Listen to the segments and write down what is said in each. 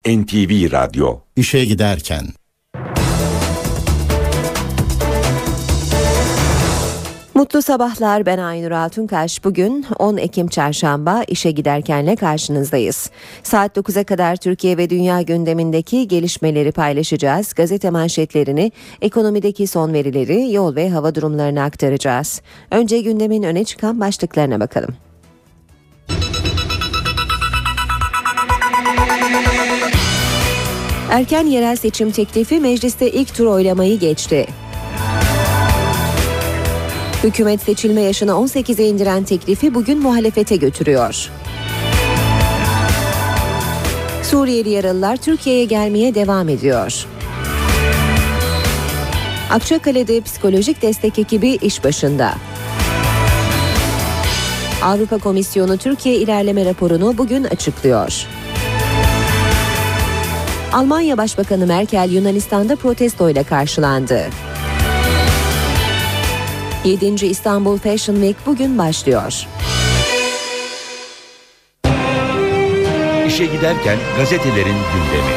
NTV Radyo. İşe giderken. Mutlu sabahlar, ben Aynur Altunkaş. Bugün 10 Ekim Çarşamba, işe giderkenle karşınızdayız. Saat 9'a kadar Türkiye ve dünya gündemindeki gelişmeleri paylaşacağız. Gazete manşetlerini, ekonomideki son verileri, yol ve hava durumlarını aktaracağız. Önce gündemin öne çıkan başlıklarına bakalım. Erken yerel seçim teklifi mecliste ilk tur oylamayı geçti. Hükümet seçilme yaşını 18'e indiren teklifi bugün muhalefete götürüyor. Suriyeli yaralılar Türkiye'ye gelmeye devam ediyor. Akçakale'de psikolojik destek ekibi iş başında. Avrupa Komisyonu Türkiye ilerleme raporunu bugün açıklıyor. Almanya Başbakanı Merkel Yunanistan'da protestoyla karşılandı. 7. İstanbul Fashion Week bugün başlıyor. İşe giderken gazetelerin gündemi.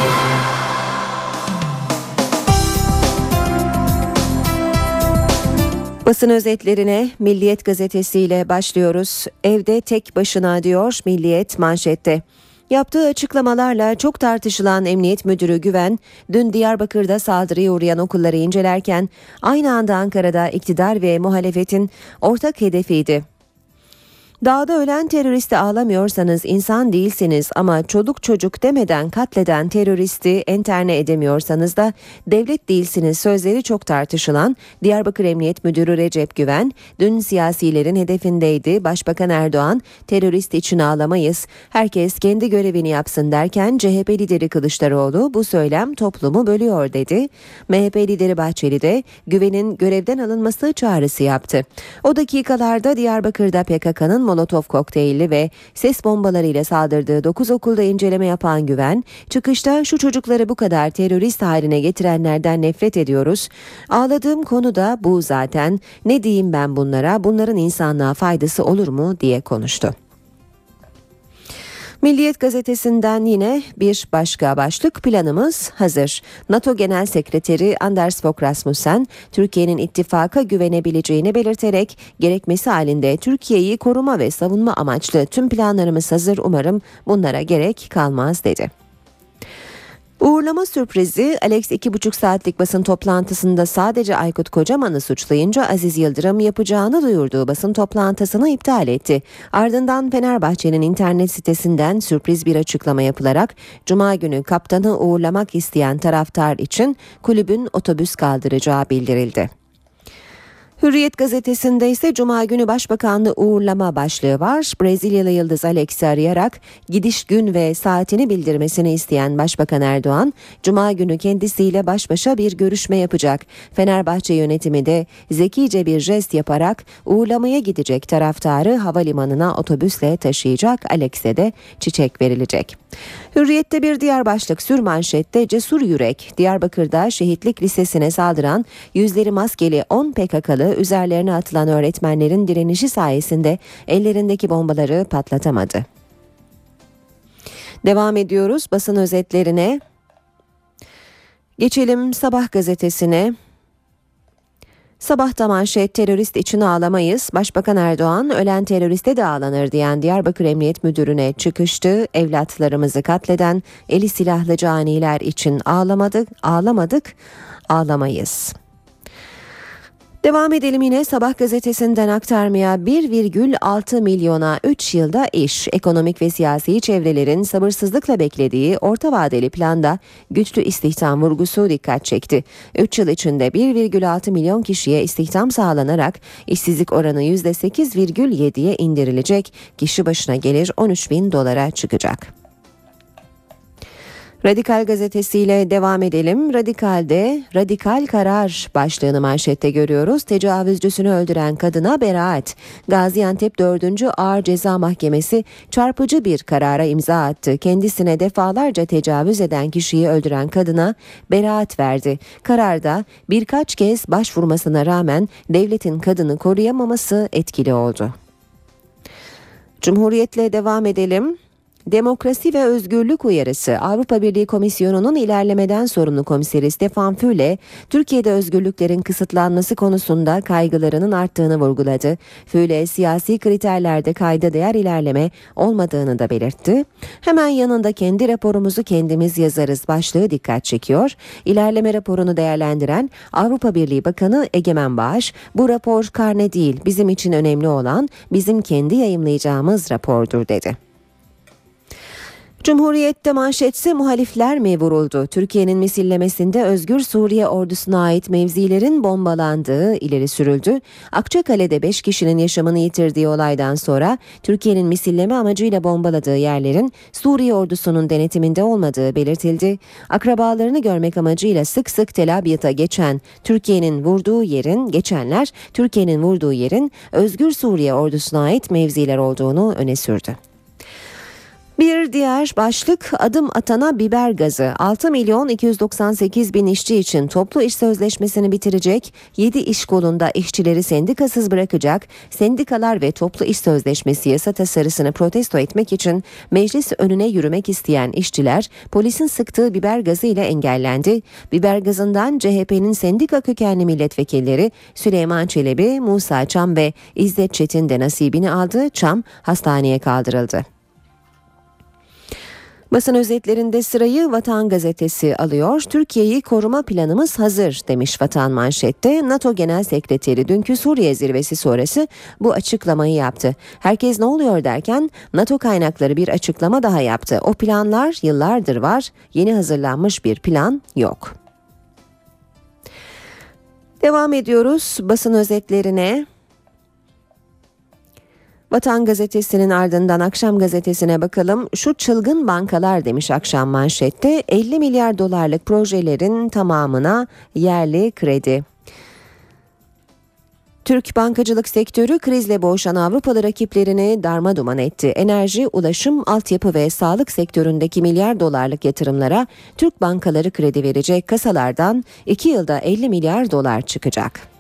Basın özetlerine Milliyet gazetesiyle başlıyoruz. Evde tek başına diyor Milliyet manşette. Yaptığı açıklamalarla çok tartışılan Emniyet Müdürü Güven, dün Diyarbakır'da saldırıya uğrayan okulları incelerken aynı anda Ankara'da iktidar ve muhalefetin ortak hedefiydi. Dağda ölen teröristi ağlamıyorsanız insan değilsiniz ama çoluk çocuk demeden katleden teröristi enterne edemiyorsanız da devlet değilsiniz sözleri çok tartışılan Diyarbakır Emniyet Müdürü Recep Güven, dün siyasilerin hedefindeydi. Başbakan Erdoğan, terörist için ağlamayız, herkes kendi görevini yapsın derken CHP lideri Kılıçdaroğlu bu söylem toplumu bölüyor dedi. MHP lideri Bahçeli de Güven'in görevden alınması çağrısı yaptı. O dakikalarda Diyarbakır'da PKK'nın Molotov kokteylli ve ses bombalarıyla saldırdığı 9 okulda inceleme yapan Güven, çıkışta şu çocukları bu kadar terörist haline getirenlerden nefret ediyoruz. Ağladığım konu da bu zaten. Ne diyeyim ben bunlara? Bunların insanlığa faydası olur mu diye konuştu. Milliyet gazetesinden yine bir başka başlık, planımız hazır. NATO Genel Sekreteri Anders Fogh Rasmussen, Türkiye'nin ittifaka güvenebileceğini belirterek gerekmesi halinde Türkiye'yi koruma ve savunma amaçlı tüm planlarımız hazır, umarım bunlara gerek kalmaz dedi. Uğurlama sürprizi, Alex 2,5 saatlik basın toplantısında sadece Aykut Kocaman'ı suçlayınca Aziz Yıldırım yapacağını duyurduğu basın toplantısını iptal etti. Ardından Fenerbahçe'nin internet sitesinden sürpriz bir açıklama yapılarak Cuma günü kaptanı uğurlamak isteyen taraftar için kulübün otobüs kaldıracağı bildirildi. Hürriyet gazetesinde ise Cuma günü Başbakanlığı uğurlama başlığı var. Brezilyalı yıldız Alex'i arayarak gidiş gün ve saatini bildirmesini isteyen Başbakan Erdoğan, Cuma günü kendisiyle baş başa bir görüşme yapacak. Fenerbahçe yönetimi de zekice bir jest yaparak uğurlamaya gidecek taraftarı havalimanına otobüsle taşıyacak. Alex'e de çiçek verilecek. Hürriyet'te bir diğer başlık sürmanşette cesur yürek. Diyarbakır'da Şehitlik Lisesi'ne saldıran yüzleri maskeli 10 PKK'lı üzerlerine atılan öğretmenlerin direnişi sayesinde ellerindeki bombaları patlatamadı. Devam ediyoruz basın özetlerine. Geçelim Sabah gazetesine. Sabahta manşet, terörist için ağlamayız. Başbakan Erdoğan, ölen teröriste de ağlanır diyen Diyarbakır Emniyet Müdürü'ne çıkıştı. Evlatlarımızı katleden eli silahlı caniler için ağlamadık, ağlamayız. Devam edelim yine Sabah gazetesinden aktarmaya. 1,6 milyona 3 yılda iş. Ekonomik ve siyasi çevrelerin sabırsızlıkla beklediği orta vadeli planda güçlü istihdam vurgusu dikkat çekti. 3 yıl içinde 1,6 milyon kişiye istihdam sağlanarak işsizlik oranı %8,7'ye indirilecek. Kişi başına gelir 13.000 dolara çıkacak. Radikal gazetesiyle devam edelim. Radikal'de radikal karar başlığını manşette görüyoruz. Tecavüzcüsünü öldüren kadına beraat. Gaziantep 4. Ağır Ceza Mahkemesi çarpıcı bir karara imza attı. Kendisine defalarca tecavüz eden kişiyi öldüren kadına beraat verdi. Kararda birkaç kez başvurmasına rağmen devletin kadını koruyamaması etkili oldu. Cumhuriyet'le devam edelim. Demokrasi ve özgürlük uyarısı. Avrupa Birliği Komisyonu'nun ilerlemeden sorumlu komiseri Stefan Füle, Türkiye'de özgürlüklerin kısıtlanması konusunda kaygılarının arttığını vurguladı. Füle, siyasi kriterlerde kayda değer ilerleme olmadığını da belirtti. Hemen yanında kendi raporumuzu kendimiz yazarız başlığı dikkat çekiyor. İlerleme raporunu değerlendiren Avrupa Birliği Bakanı Egemen Bağış, bu rapor karne değil, bizim için önemli olan bizim kendi yayımlayacağımız rapordur dedi. Cumhuriyet'te manşetse muhalifler mi vuruldu? Türkiye'nin misillemesinde Özgür Suriye ordusuna ait mevzilerin bombalandığı ileri sürüldü. Akçakale'de 5 kişinin yaşamını yitirdiği olaydan sonra Türkiye'nin misilleme amacıyla bombaladığı yerlerin Suriye ordusunun denetiminde olmadığı belirtildi. Akrabalarını görmek amacıyla sık sık Tel Abyad'a geçenler Türkiye'nin vurduğu yerin Özgür Suriye ordusuna ait mevziler olduğunu öne sürdü. Bir diğer başlık adım atana biber gazı. 6 milyon 298 bin işçi için toplu iş sözleşmesini bitirecek, 7 iş kolunda işçileri sendikasız bırakacak, sendikalar ve toplu iş sözleşmesi yasa tasarısını protesto etmek için meclis önüne yürümek isteyen işçiler polisin sıktığı biber gazı ile engellendi. Biber gazından CHP'nin sendika kökenli milletvekilleri Süleyman Çelebi, Musa Çam ve İzzet Çetin de nasibini aldı. Çam hastaneye kaldırıldı. Basın özetlerinde sırayı Vatan Gazetesi alıyor. Türkiye'yi koruma planımız hazır demiş Vatan manşette. NATO Genel Sekreteri dünkü Suriye zirvesi sonrası bu açıklamayı yaptı. Herkes ne oluyor derken NATO kaynakları bir açıklama daha yaptı. O planlar yıllardır var, yeni hazırlanmış bir plan yok. Devam ediyoruz basın özetlerine. Vatan Gazetesi'nin ardından Akşam Gazetesi'ne bakalım. Şu çılgın bankalar demiş Akşam manşette. 50 milyar dolarlık projelerin tamamına yerli kredi. Türk bankacılık sektörü krizle boğuşan Avrupalı rakiplerini darmaduman etti. Enerji, ulaşım, altyapı ve sağlık sektöründeki milyar dolarlık yatırımlara Türk bankaları kredi verecek. Kasalardan 2 yılda 50 milyar dolar çıkacak.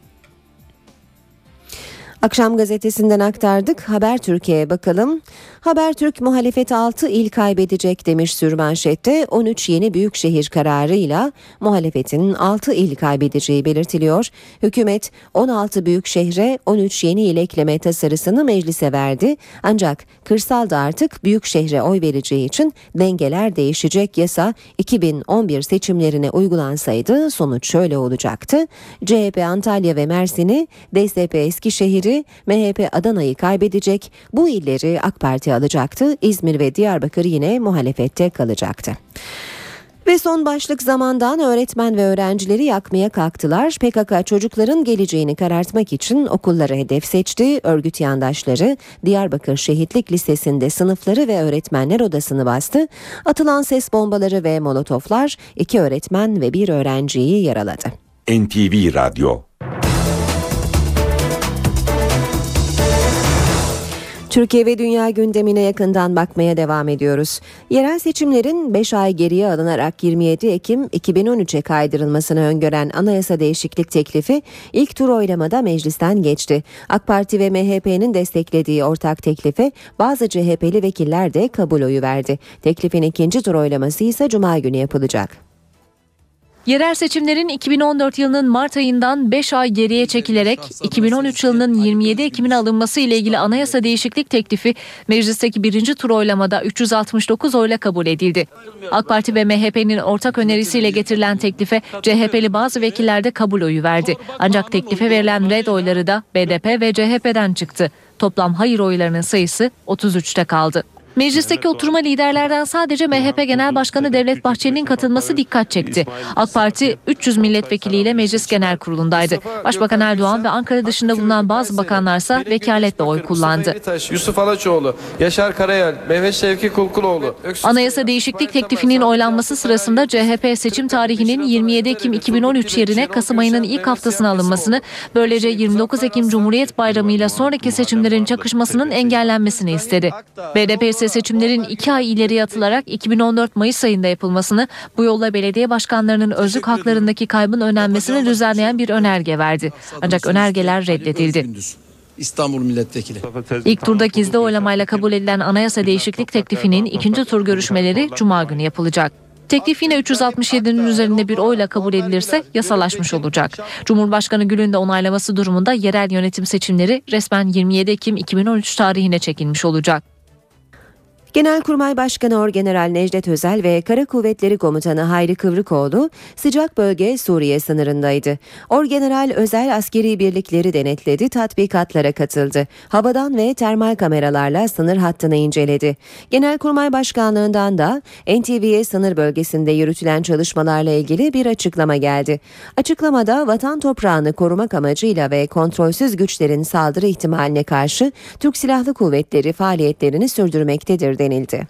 Akşam Gazetesi'nden aktardık. Habertürk'e bakalım. Habertürk muhalefet 6 il kaybedecek demiş sürmanşette. 13 yeni büyükşehir kararıyla muhalefetin 6 il kaybedeceği belirtiliyor. Hükümet 16 büyükşehre 13 yeni il ekleme tasarısını meclise verdi. Ancak kırsalda artık büyükşehre oy vereceği için dengeler değişecek. Yasa 2011 seçimlerine uygulansaydı sonuç şöyle olacaktı. CHP Antalya ve Mersin'i, DSP Eskişehir'i, MHP Adana'yı kaybedecek. Bu illeri AK Parti alacaktı. İzmir ve Diyarbakır yine muhalefette kalacaktı. Ve son başlık zamandan öğretmen ve öğrencileri yakmaya kalktılar. PKK çocukların geleceğini karartmak için okulları hedef seçti. Örgüt yandaşları Diyarbakır Şehitlik Lisesi'nde sınıfları ve öğretmenler odasını bastı. Atılan ses bombaları ve molotoflar 2 öğretmen ve 1 öğrenciyi yaraladı. NTV Radyo. Türkiye ve dünya gündemine yakından bakmaya devam ediyoruz. Yerel seçimlerin 5 ay geriye alınarak 27 Ekim 2013'e kaydırılmasını öngören anayasa değişiklik teklifi ilk tur oylamada meclisten geçti. AK Parti ve MHP'nin desteklediği ortak teklife bazı CHP'li vekiller de kabul oyu verdi. Teklifin ikinci tur oylaması ise Cuma günü yapılacak. Yerel seçimlerin 2014 yılının Mart ayından 5 ay geriye çekilerek 2013 yılının 27 Ekim'ine alınması ile ilgili anayasa değişiklik teklifi meclisteki birinci tur oylamada 369 oyla kabul edildi. AK Parti ve MHP'nin ortak önerisiyle getirilen teklife CHP'li bazı vekiller de kabul oyu verdi. Ancak teklife verilen red oyları da BDP ve CHP'den çıktı. Toplam hayır oylarının sayısı 33'te kaldı. Meclisteki oturma liderlerden sadece MHP Genel Başkanı Devlet Bahçeli'nin katılması dikkat çekti. AK Parti 300 milletvekiliyle Meclis Genel Kurulu'ndaydı. Başbakan Erdoğan ve Ankara dışında bulunan bazı bakanlarsa vekaletle oy kullandı. Yusuf Alaçoğlu, Yaşar Karayel, Mehmet Şevki Kulkuloğlu. Anayasa değişiklik teklifinin oylanması sırasında CHP seçim tarihinin 27 Ekim 2013 yerine Kasım ayının ilk haftasına alınmasını, böylece 29 Ekim Cumhuriyet Bayramı ile sonraki seçimlerin çakışmasının engellenmesini istedi. BDP ise seçimlerin 2 ay ileriye atılarak 2014 Mayıs ayında yapılmasını, bu yolla belediye başkanlarının özlük haklarındaki kaybın önlenmesini düzenleyen bir önerge verdi. Ancak önergeler reddedildi. İstanbul Milletvekili. İlk turda gizli oylamayla kabul edilen anayasa değişiklik teklifinin ikinci tur görüşmeleri Cuma günü yapılacak. Teklif yine 367'nin üzerinde bir oyla kabul edilirse yasalaşmış olacak. Cumhurbaşkanı Gül'ün de onaylaması durumunda yerel yönetim seçimleri resmen 27 Ekim 2013 tarihine çekilmiş olacak. Genelkurmay Başkanı Orgeneral Necdet Özel ve Kara Kuvvetleri Komutanı Hayri Kıvrıkoğlu sıcak bölge Suriye sınırındaydı. Orgeneral Özel askeri birlikleri denetledi, tatbikatlara katıldı. Havadan ve termal kameralarla sınır hattını inceledi. Genelkurmay Başkanlığından da NTV'ye sınır bölgesinde yürütülen çalışmalarla ilgili bir açıklama geldi. Açıklamada vatan toprağını korumak amacıyla ve kontrolsüz güçlerin saldırı ihtimaline karşı Türk Silahlı Kuvvetleri faaliyetlerini sürdürmektedir denildi.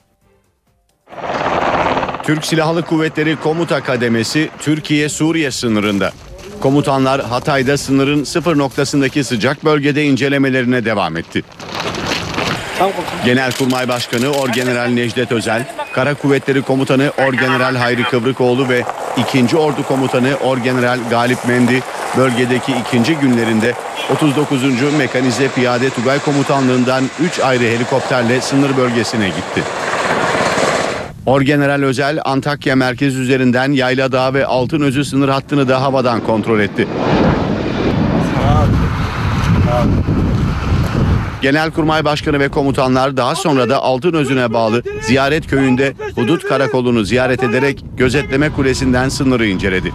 Türk Silahlı Kuvvetleri Komuta Kademesi Türkiye-Suriye sınırında. Komutanlar Hatay'da sınırın sıfır noktasındaki sıcak bölgede incelemelerine devam etti. Genelkurmay Başkanı Orgeneral Necdet Özel, Kara Kuvvetleri Komutanı Orgeneral Hayri Kıvrıkoğlu ve 2. Ordu Komutanı Orgeneral Galip Mendi bölgedeki ikinci günlerinde 39. Mekanize Piyade Tugay Komutanlığından 3 ayrı helikopterle sınır bölgesine gitti. Orgeneral Özel, Antakya merkez üzerinden Yayladağ ve Altınözü sınır hattını da havadan kontrol etti. Genelkurmay Başkanı ve komutanlar daha sonra da Altınözü'ne bağlı Ziyaret Köyü'nde hudut karakolunu ziyaret ederek gözetleme kulesinden sınırı inceledi.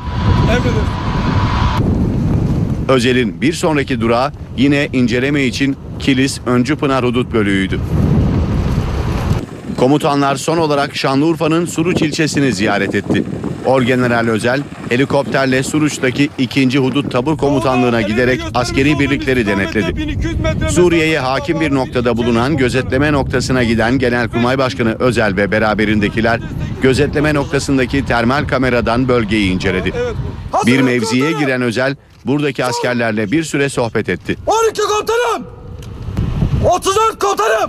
Özel'in bir sonraki durağı yine inceleme için Kilis Öncüpınar Hudut Bölüğü'ydü. Komutanlar son olarak Şanlıurfa'nın Suruç ilçesini ziyaret etti. Orgeneral Özel helikopterle Suruç'taki 2. Hudut Tabur Komutanlığı'na giderek askeri birlikleri denetledi. Suriye'ye hakim bir noktada bulunan gözetleme noktasına giden Genelkurmay Başkanı Özel ve beraberindekiler gözetleme noktasındaki termal kameradan bölgeyi inceledi. Bir mevziye giren Özel buradaki askerlerle bir süre sohbet etti. 12 komutanım! 34 komutanım!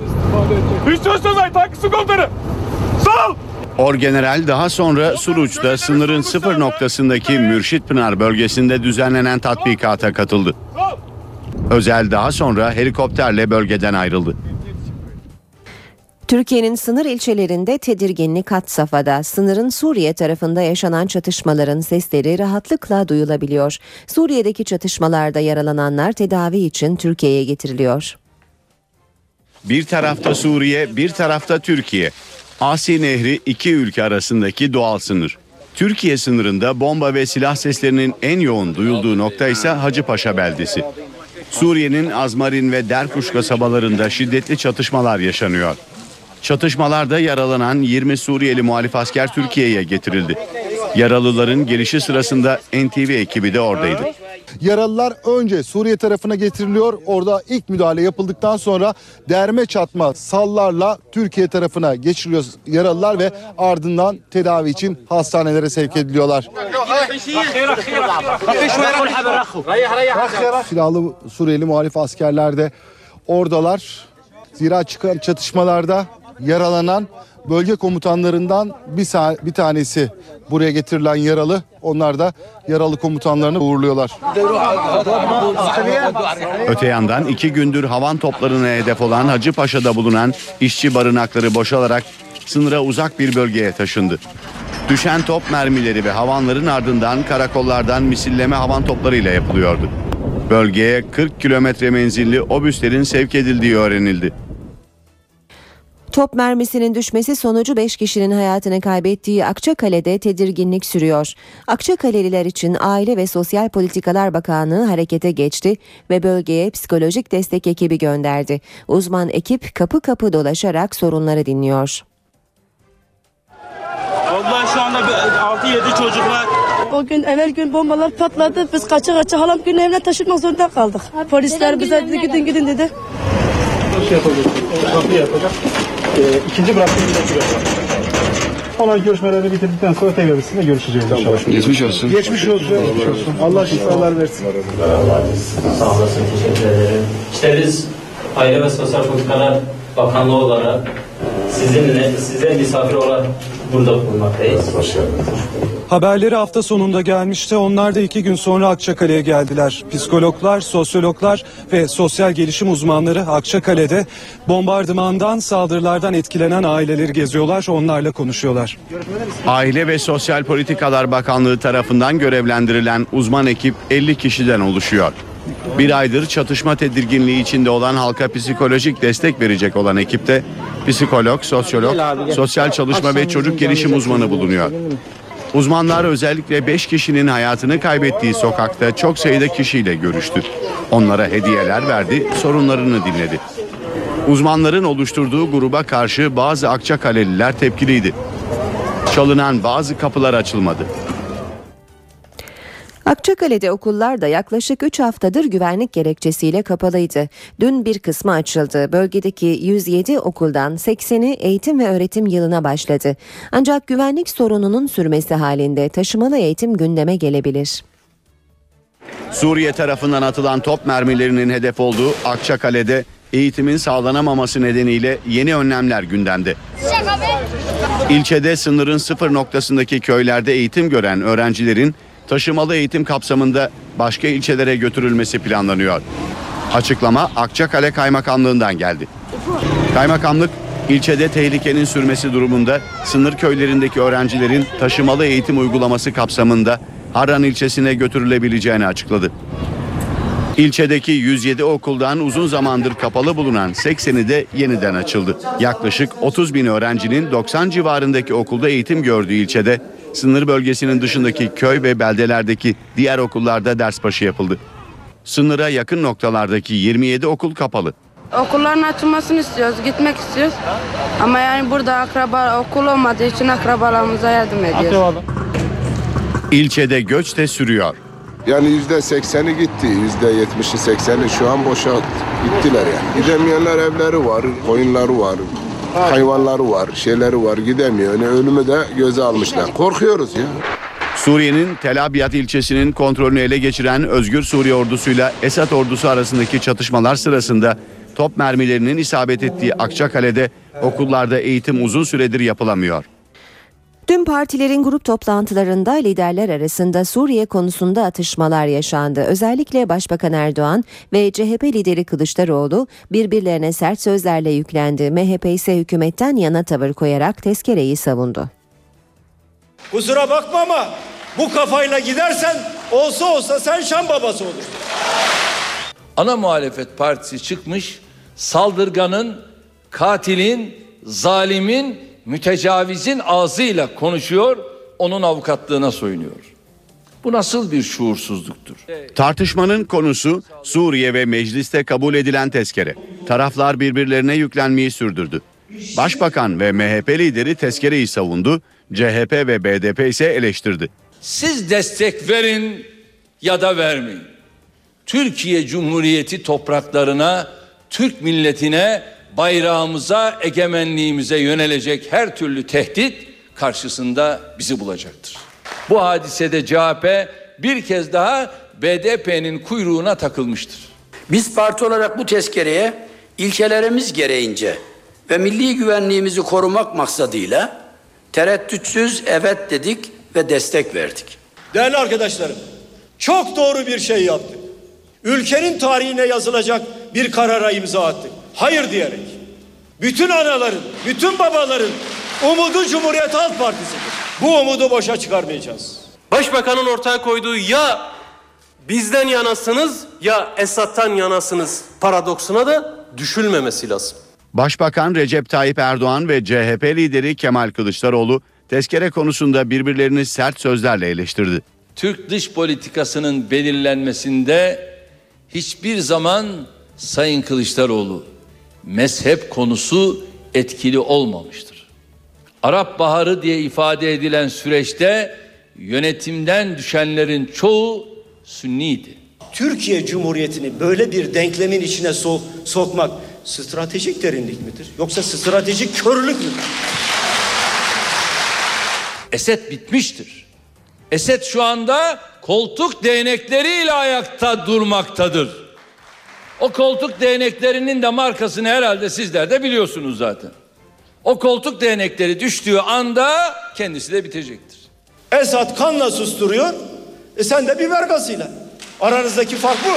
Sağ ol! Orgeneral daha sonra Suruç'ta sınırın sıfır noktasındaki Mürşitpınar bölgesinde düzenlenen tatbikata katıldı. Özel daha sonra helikopterle bölgeden ayrıldı. Türkiye'nin sınır ilçelerinde tedirginlik had safhada. Sınırın Suriye tarafında yaşanan çatışmaların sesleri rahatlıkla duyulabiliyor. Suriye'deki çatışmalarda yaralananlar tedavi için Türkiye'ye getiriliyor. Bir tarafta Suriye, bir tarafta Türkiye. Asi Nehri iki ülke arasındaki doğal sınır. Türkiye sınırında bomba ve silah seslerinin en yoğun duyulduğu nokta ise Hacıpaşa beldesi. Suriye'nin Azmarin ve Derkuş kasabalarında şiddetli çatışmalar yaşanıyor. Çatışmalarda yaralanan 20 Suriyeli muhalif asker Türkiye'ye getirildi. Yaralıların gelişi sırasında NTV ekibi de oradaydı. Yaralılar önce Suriye tarafına getiriliyor. Orada ilk müdahale yapıldıktan sonra derme çatma sallarla Türkiye tarafına geçiriliyor yaralılar ve ardından tedavi için hastanelere sevk ediliyorlar. Silahlı Suriyeli muhalif askerler de oradalar. Zira çıkan çatışmalarda yaralanan bölge komutanlarından bir tanesi buraya getirilen yaralı. Onlar da yaralı komutanlarını uğurluyorlar. Öte yandan 2 gündür havan toplarına hedef olan Hacıpaşa'da bulunan işçi barınakları boşalarak sınıra uzak bir bölgeye taşındı. Düşen top mermileri ve havanların ardından karakollardan misilleme havan toplarıyla yapılıyordu. Bölgeye 40 kilometre menzilli obüslerin sevk edildiği öğrenildi. Top mermisinin düşmesi sonucu 5 kişinin hayatını kaybettiği Akçakale'de tedirginlik sürüyor. Akçakaleliler için Aile ve Sosyal Politikalar Bakanlığı harekete geçti ve bölgeye psikolojik destek ekibi gönderdi. Uzman ekip kapı kapı dolaşarak sorunları dinliyor. Vallahi şu anda 6-7 çocuk var. O gün evvel gün bombalar patladı. Biz kaça halam gün evine taşınmak zorunda kaldık. Polisler bize dedi gidin dedi. Kapı yapacak. İkinci bıraktığım bir dakika. Olan görüşmelerini bitirdikten sonra tekrar sizinle görüşeceğiz. Geçmiş olsun. Geçmiş olsun. Allah şifalar versin. Sağ olasın, teşekkür ederim. İşte biz Aile ve Sosyal Politikalar Bakanlığı olarak size misafir olarak burada bulunmaktayız. Hoş geldiniz. Haberleri hafta sonunda gelmişti. Onlar da 2 gün sonra Akçakale'ye geldiler. Psikologlar, sosyologlar ve sosyal gelişim uzmanları Akçakale'de bombardımandan, saldırılardan etkilenen aileleri geziyorlar. Onlarla konuşuyorlar. Aile ve Sosyal Politikalar Bakanlığı tarafından görevlendirilen uzman ekip 50 kişiden oluşuyor. Bir aydır çatışma tedirginliği içinde olan halka psikolojik destek verecek olan ekipte psikolog, sosyolog, sosyal çalışma ve çocuk gelişim uzmanı bulunuyor. Uzmanlar özellikle 5 kişinin hayatını kaybettiği sokakta çok sayıda kişiyle görüştü. Onlara hediyeler verdi, sorunlarını dinledi. Uzmanların oluşturduğu gruba karşı bazı Akçakaleliler tepkiliydi. Çalınan bazı kapılar açılmadı. Akçakale'de okullar da yaklaşık 3 haftadır güvenlik gerekçesiyle kapalıydı. Dün bir kısmı açıldı. Bölgedeki 107 okuldan 80'i eğitim ve öğretim yılına başladı. Ancak güvenlik sorununun sürmesi halinde taşımalı eğitim gündeme gelebilir. Suriye tarafından atılan top mermilerinin hedef olduğu Akçakale'de eğitimin sağlanamaması nedeniyle yeni önlemler gündemde. İlçede sınırın sıfır noktasındaki köylerde eğitim gören öğrencilerin taşımalı eğitim kapsamında başka ilçelere götürülmesi planlanıyor. Açıklama Akçakale Kaymakamlığından geldi. Kaymakamlık, ilçede tehlikenin sürmesi durumunda sınır köylerindeki öğrencilerin taşımalı eğitim uygulaması kapsamında Harran ilçesine götürülebileceğini açıkladı. İlçedeki 107 okuldan uzun zamandır kapalı bulunan 80'i de yeniden açıldı. Yaklaşık 30 bin öğrencinin 90 civarındaki okulda eğitim gördüğü ilçede sınır bölgesinin dışındaki köy ve beldelerdeki diğer okullarda ders başı yapıldı. Sınıra yakın noktalardaki 27 okul kapalı. Okulların açılmasını istiyoruz, gitmek istiyoruz. Ama yani burada akraba okul olmadığı için akrabalarımıza yardım ediyoruz. İlçede göç de sürüyor. Yani %80'i gitti, %70'i 80'i şu an boşa gittiler yani. Gidemeyenler evleri var, koyunları var, hayvanları var, şeyleri var, gidemiyor. Yani ölümü de göze almışlar. Korkuyoruz ya. Suriye'nin Tel Abyad ilçesinin kontrolünü ele geçiren Özgür Suriye ordusuyla Esad ordusu arasındaki çatışmalar sırasında top mermilerinin isabet ettiği Akçakale'de okullarda eğitim uzun süredir yapılamıyor. Dün partilerin grup toplantılarında liderler arasında Suriye konusunda atışmalar yaşandı. Özellikle Başbakan Erdoğan ve CHP lideri Kılıçdaroğlu birbirlerine sert sözlerle yüklendi. MHP ise hükümetten yana tavır koyarak tezkereyi savundu. Kusura bakma ama bu kafayla gidersen olsa sen Şam babası olursun. Ana muhalefet partisi çıkmış, saldırganın, katilin, zalimin, mütecavizin ağzıyla konuşuyor, onun avukatlığına soyunuyor. Bu nasıl bir şuursuzluktur? Tartışmanın konusu Suriye ve mecliste kabul edilen tezkere. Taraflar birbirlerine yüklenmeyi sürdürdü. Başbakan ve MHP lideri tezkereyi savundu, CHP ve BDP ise eleştirdi. Siz destek verin ya da vermeyin. Türkiye Cumhuriyeti topraklarına, Türk milletine, bayrağımıza, egemenliğimize yönelecek her türlü tehdit karşısında bizi bulacaktır. Bu hadisede CHP bir kez daha BDP'nin kuyruğuna takılmıştır. Biz parti olarak bu tezkereye ilkelerimiz gereğince ve milli güvenliğimizi korumak maksadıyla tereddütsüz evet dedik ve destek verdik. Değerli arkadaşlarım, çok doğru bir şey yaptık. Ülkenin tarihine yazılacak bir karara imza attık. Hayır diyerek. Bütün anaların, bütün babaların umudu Cumhuriyet Halk Partisi'dir. Bu umudu boşa çıkarmayacağız. Başbakanın ortaya koyduğu ya bizden yanasınız ya Esad'tan yanasınız paradoksuna da düşülmemesi lazım. Başbakan Recep Tayyip Erdoğan ve CHP lideri Kemal Kılıçdaroğlu tezkere konusunda birbirlerini sert sözlerle eleştirdi. Türk dış politikasının belirlenmesinde hiçbir zaman Sayın Kılıçdaroğlu mezhep konusu etkili olmamıştır. Arap Baharı diye ifade edilen süreçte yönetimden düşenlerin çoğu Sünniydi. Türkiye Cumhuriyeti'ni böyle bir denklemin içine sokmak stratejik derinlik midir? Yoksa stratejik körlük müdür? Esed bitmiştir. Esed şu anda koltuk değnekleriyle ayakta durmaktadır. O koltuk değneklerinin de markasını herhalde sizler de biliyorsunuz zaten. O koltuk değnekleri düştüğü anda kendisi de bitecektir. Esad kanla susturuyor. Sen de biber gazıyla. Aranızdaki fark bu.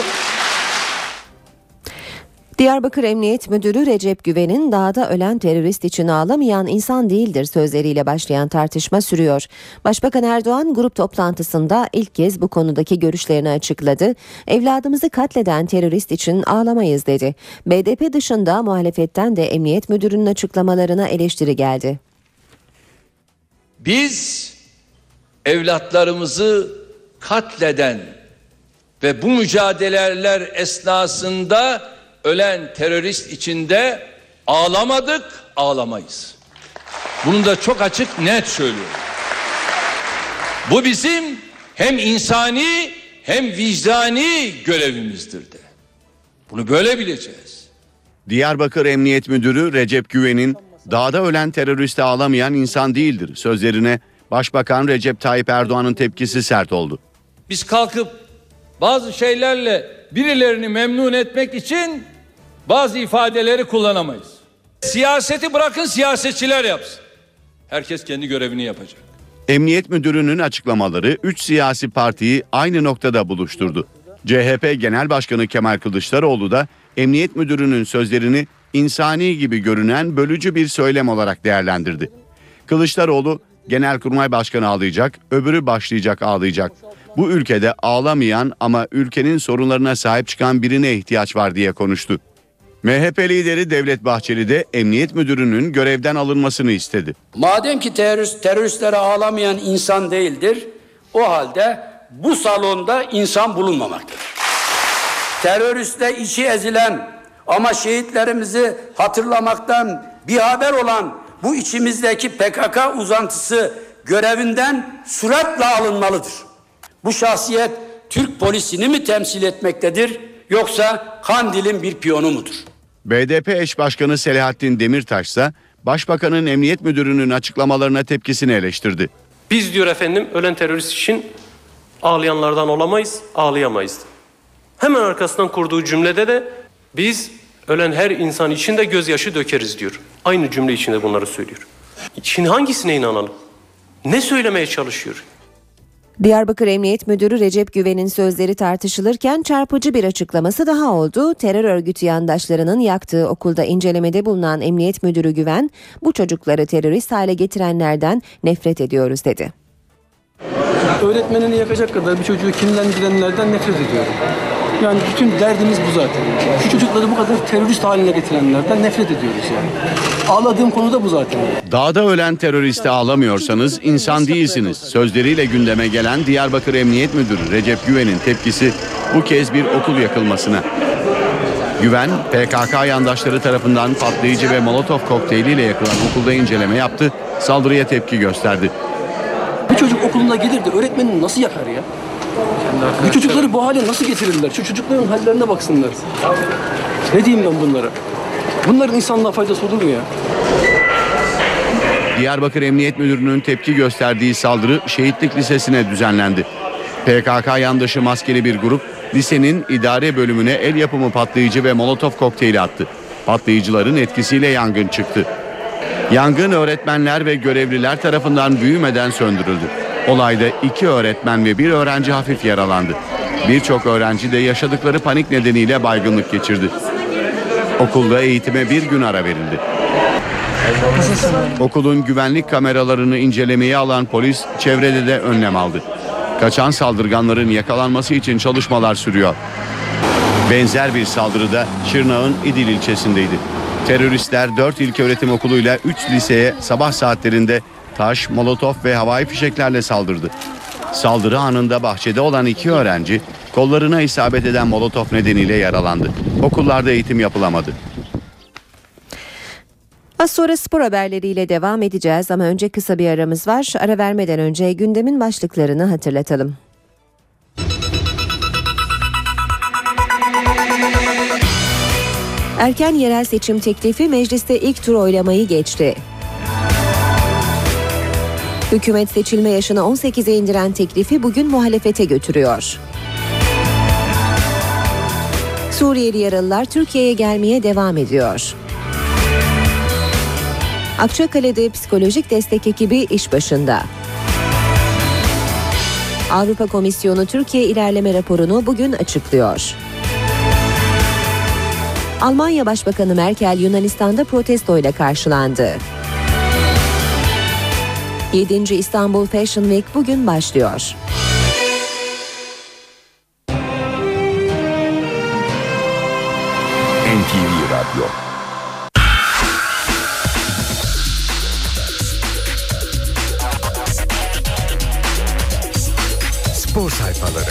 Diyarbakır Emniyet Müdürü Recep Güven'in dağda ölen terörist için ağlamayan insan değildir sözleriyle başlayan tartışma sürüyor. Başbakan Erdoğan grup toplantısında ilk kez bu konudaki görüşlerini açıkladı. Evladımızı katleden terörist için ağlamayız dedi. BDP dışında muhalefetten de Emniyet Müdürü'nün açıklamalarına eleştiri geldi. Biz evlatlarımızı katleden ve bu mücadeleler esnasında ölen terörist içinde ağlamadık, ağlamayız. Bunu da çok açık, net söylüyorum. Bu bizim hem insani hem vicdani görevimizdir de. Bunu böyle bileceğiz. Diyarbakır Emniyet Müdürü Recep Güven'in dağda ölen teröriste ağlamayan insan değildir sözlerine Başbakan Recep Tayyip Erdoğan'ın tepkisi sert oldu. Biz kalkıp bazı şeylerle birilerini memnun etmek için bazı ifadeleri kullanamayız. Siyaseti bırakın, siyasetçiler yapsın. Herkes kendi görevini yapacak. Emniyet Müdürü'nün açıklamaları 3 siyasi partiyi aynı noktada buluşturdu. CHP Genel Başkanı Kemal Kılıçdaroğlu da Emniyet Müdürü'nün sözlerini insani gibi görünen bölücü bir söylem olarak değerlendirdi. Kılıçdaroğlu, Genelkurmay Başkanı ağlayacak, öbürü başlayacak ağlayacak. Bu ülkede ağlamayan ama ülkenin sorunlarına sahip çıkan birine ihtiyaç var diye konuştu. MHP lideri Devlet Bahçeli de Emniyet Müdürü'nün görevden alınmasını istedi. Madem ki teröristlere ağlamayan insan değildir, o halde bu salonda insan bulunmamaktadır. Teröristle içi ezilen ama şehitlerimizi hatırlamaktan bir haber olan bu içimizdeki PKK uzantısı görevinden süratle alınmalıdır. Bu şahsiyet Türk polisini mi temsil etmektedir yoksa Kandil'in bir piyonu mudur? BDP eş başkanı Selahattin Demirtaş ise Başbakanın Emniyet Müdürü'nün açıklamalarına tepkisini eleştirdi. Biz diyor efendim ölen terörist için ağlayanlardan olamayız, ağlayamayız. Hemen arkasından kurduğu cümlede de biz ölen her insan için de gözyaşı dökeriz diyor. Aynı cümle içinde bunları söylüyor. Şimdi hangisine inanalım? Ne söylemeye çalışıyor? Diyarbakır Emniyet Müdürü Recep Güven'in sözleri tartışılırken çarpıcı bir açıklaması daha oldu. Terör örgütü yandaşlarının yaktığı okulda incelemede bulunan Emniyet Müdürü Güven, bu çocukları terörist hale getirenlerden nefret ediyoruz dedi. Öğretmenini yakacak kadar bir çocuğu kinlendirenlerden nefret ediyorum. Yani bütün derdimiz bu zaten. Şu çocukları bu kadar terörist haline getirenlerden nefret ediyoruz yani. Ağladığım konu da bu zaten. Dağda ölen teröriste ağlamıyorsanız insan değilsiniz sözleriyle gündeme gelen Diyarbakır Emniyet Müdürü Recep Güven'in tepkisi bu kez bir okul yakılmasına. Güven, PKK yandaşları tarafından patlayıcı ve molotof kokteyliyle yakılan okulda inceleme yaptı, saldırıya tepki gösterdi. Bir çocuk okuluna gelir de öğretmenini nasıl yakar ya? Bu çocukları bu hale nasıl getirirler? Şu çocukların hallerine baksınlar. Ne diyeyim ben bunlara? Bunların insanlığa faydası olur mu ya? Diyarbakır Emniyet Müdürü'nün tepki gösterdiği saldırı Şehitlik Lisesi'ne düzenlendi. PKK yandaşı maskeli bir grup lisenin idare bölümüne el yapımı patlayıcı ve molotof kokteyli attı. Patlayıcıların etkisiyle yangın çıktı. Yangın öğretmenler ve görevliler tarafından büyümeden söndürüldü. Olayda 2 öğretmen ve 1 öğrenci hafif yaralandı. Birçok öğrenci de yaşadıkları panik nedeniyle baygınlık geçirdi. Okulda eğitime 1 gün ara verildi. Okulun güvenlik kameralarını incelemeye alan polis çevrede de önlem aldı. Kaçan saldırganların yakalanması için çalışmalar sürüyor. Benzer bir saldırıda Şırnak'ın İdil ilçesindeydi. Teröristler 4 ilköğretim okuluyla 3 liseye sabah saatlerinde taş, molotof ve havai fişeklerle saldırdı. Saldırı anında bahçede olan 2 öğrenci kollarına isabet eden molotof nedeniyle yaralandı. Okullarda eğitim yapılamadı. Az sonra spor haberleriyle devam edeceğiz ama önce kısa bir aramız var. Ara vermeden önce gündemin başlıklarını hatırlatalım. Erken yerel seçim teklifi mecliste ilk tur oylamayı geçti. Hükümet seçilme yaşını 18'e indiren teklifi bugün muhalefete götürüyor. Suriyeli yaralılar Türkiye'ye gelmeye devam ediyor. Akçakale'de psikolojik destek ekibi iş başında. Avrupa Komisyonu Türkiye ilerleme raporunu bugün açıklıyor. Almanya Başbakanı Merkel Yunanistan'da protestoyla karşılandı. 7. İstanbul Fashion Week bugün başlıyor. NTV Radyo. Spor sayfaları.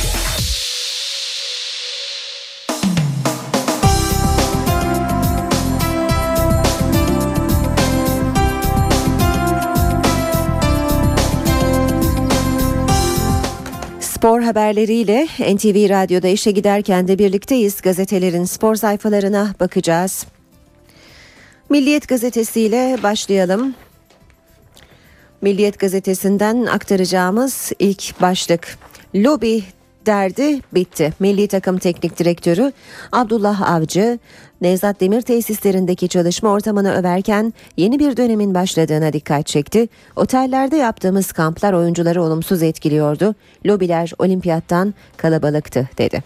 Spor haberleriyle NTV Radyo'da işe giderken de birlikteyiz. Gazetelerin spor sayfalarına bakacağız. Milliyet gazetesiyle başlayalım. Milliyet gazetesinden aktaracağımız ilk başlık. Lobi derdi bitti. Milli takım teknik direktörü Abdullah Avcı, Nevzat Demir tesislerindeki çalışma ortamını överken yeni bir dönemin başladığına dikkat çekti. Otellerde yaptığımız kamplar oyuncuları olumsuz etkiliyordu. Lobiler olimpiyattan kalabalıktı dedi.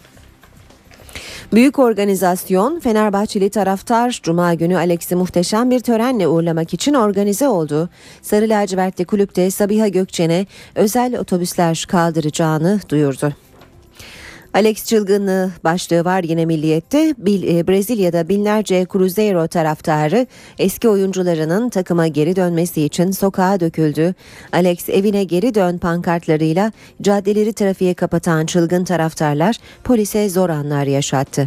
Büyük organizasyon, Fenerbahçeli taraftar Cuma günü Alex'i muhteşem bir törenle uğurlamak için organize oldu. Sarı lacivertli kulüpte Sabiha Gökçen'e özel otobüsler kaldıracağını duyurdu. Alex çılgınlığı başlığı var yine Milliyet'te. Brezilya'da binlerce Cruzeiro taraftarı eski oyuncularının takıma geri dönmesi için sokağa döküldü. Alex evine geri dön pankartlarıyla caddeleri trafiğe kapatan çılgın taraftarlar polise zor anlar yaşattı.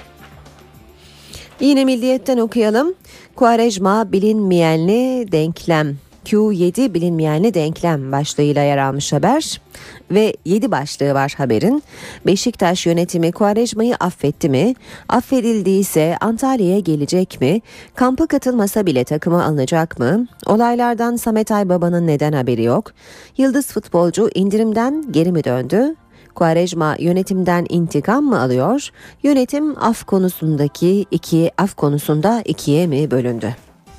Yine Milliyet'ten okuyalım. Quaresma bilinmeyenli denklem. Q7 bilinmeyenli denklem başlığıyla yer almış haber ve 7 başlığı var haberin. Beşiktaş yönetimi Quaresma'yı affetti mi? Affedildiyse Antalya'ya gelecek mi? Kampa katılmasa bile takıma alınacak mı? Olaylardan Samet Aybaba'nın neden haberi yok? Yıldız futbolcu indirimden geri mi döndü? Quaresma yönetimden intikam mı alıyor? Yönetim af konusunda ikiye mi bölündü?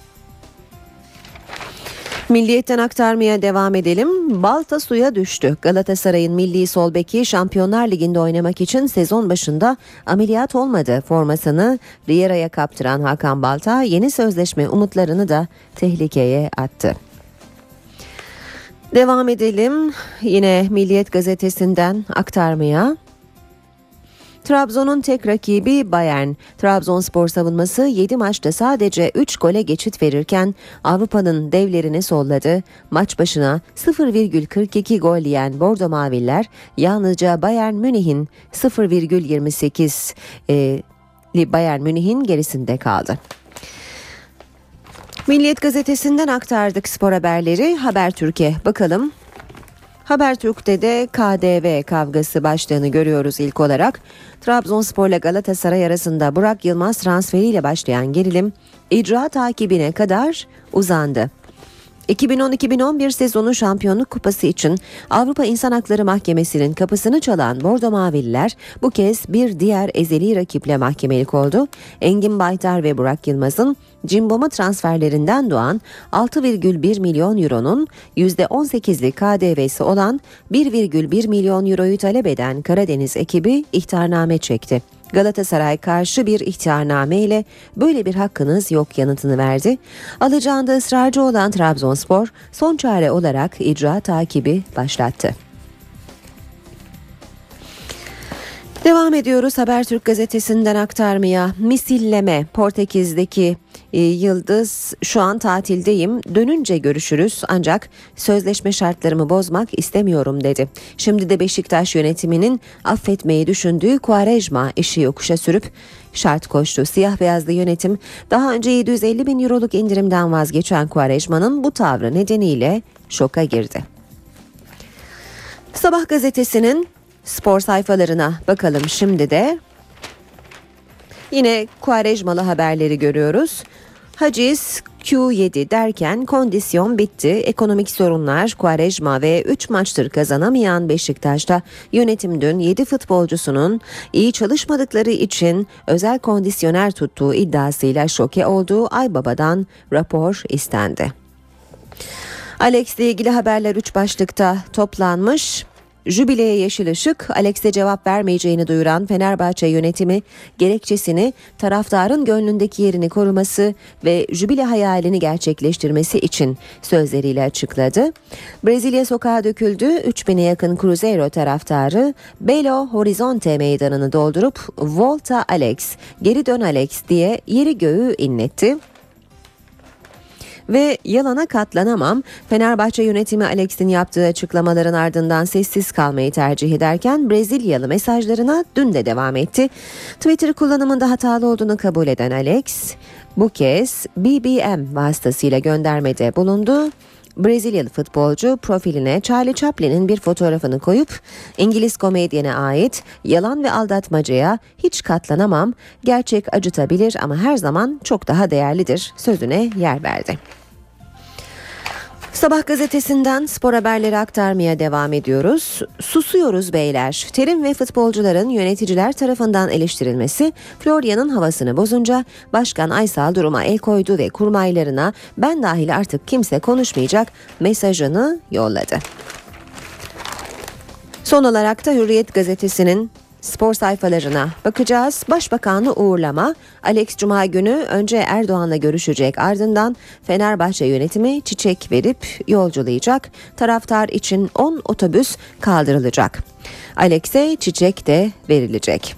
Milliyet'ten aktarmaya devam edelim. Balta suya düştü. Galatasaray'ın milli sol beki Şampiyonlar Ligi'nde oynamak için sezon başında ameliyat olmadı. Formasını Riera'ya kaptıran Hakan Balta yeni sözleşme umutlarını da tehlikeye attı. Devam edelim. Yine Milliyet gazetesinden aktarmaya. Trabzon'un tek rakibi Bayern. Trabzonspor savunması 7 maçta sadece 3 gole geçit verirken Avrupa'nın devlerini solladı. Maç başına 0,42 gol yiyen Bordo Maviller yalnızca Bayern Münih'in 0,28 Bayern Münih'in gerisinde kaldı. Milliyet gazetesinden aktardık spor haberleri. Habertürk'e bakalım. Habertürk'te de KDV kavgası başlığını görüyoruz ilk olarak. Trabzonspor'la Galatasaray arasında Burak Yılmaz transferiyle başlayan gerilim icra takibine kadar uzandı. 2010-2011 sezonu Şampiyonluk Kupası için Avrupa İnsan Hakları Mahkemesi'nin kapısını çalan Bordo Mavililer bu kez bir diğer ezeli rakiple mahkemelik oldu. Engin Baytar ve Burak Yılmaz'ın Cimbom'a transferlerinden doğan 6,1 milyon euronun %18'lik KDV'si olan 1,1 milyon euroyu talep eden Karadeniz ekibi ihtarname çekti. Galatasaray karşı bir ihtarname ile böyle bir hakkınız yok yanıtını verdi. Alacağında ısrarcı olan Trabzonspor son çare olarak icra takibi başlattı. Devam ediyoruz Habertürk gazetesinden aktarmaya. Misilleme, Portekiz'deki Yıldız şu an tatildeyim, dönünce görüşürüz ancak sözleşme şartlarımı bozmak istemiyorum dedi. Şimdi de Beşiktaş yönetiminin affetmeyi düşündüğü Quaresma işi yokuşa sürüp şart koştu. Siyah beyazlı yönetim daha önce 750 bin euroluk indirimden vazgeçen Quaresma'nın bu tavrı nedeniyle şoka girdi. Sabah gazetesinin spor sayfalarına bakalım şimdi de. Yine Quaresmalı haberleri görüyoruz. Haciz Q7 derken kondisyon bitti. Ekonomik sorunlar, Quaresma ve 3 maçtır kazanamayan Beşiktaş'ta yönetim dün 7 futbolcusunun iyi çalışmadıkları için özel kondisyoner tuttuğu iddiasıyla şoke olduğu Aybaba'dan rapor istendi. Alex'le ilgili haberler 3 başlıkta toplanmış. Jübileye yeşil ışık, Alex'e cevap vermeyeceğini duyuran Fenerbahçe yönetimi gerekçesini taraftarın gönlündeki yerini koruması ve jübile hayalini gerçekleştirmesi için sözleriyle açıkladı. Brezilya sokağa döküldü, 3000'e yakın Cruzeiro taraftarı Belo Horizonte meydanını doldurup Volta Alex, geri dön Alex diye yeri göğü inletti. Ve yalana katlanamam, Fenerbahçe yönetimi Alex'in yaptığı açıklamaların ardından sessiz kalmayı tercih ederken Brezilyalı mesajlarına dün de devam etti. Twitter kullanımında hatalı olduğunu kabul eden Alex bu kez BBM vasıtasıyla göndermede bulundu. Brezilyalı futbolcu profiline Charlie Chaplin'in bir fotoğrafını koyup İngiliz komedyene ait yalan ve aldatmacaya hiç katlanamam, gerçek acıtabilir ama her zaman çok daha değerlidir sözüne yer verdi. Sabah gazetesinden spor haberleri aktarmaya devam ediyoruz. Susuyoruz beyler. Terim ve futbolcuların yöneticiler tarafından eleştirilmesi Florya'nın havasını bozunca Başkan Aysal duruma el koydu ve kurmaylarına ben dahil artık kimse konuşmayacak mesajını yolladı. Son olarak da Hürriyet gazetesinin spor sayfalarına bakacağız. Başbakanı uğurlama. Alex Cuma günü önce Erdoğan'la görüşecek, ardından Fenerbahçe yönetimi çiçek verip yolculayacak. Taraftar için 10 otobüs kaldırılacak. Alex'e çiçek de verilecek.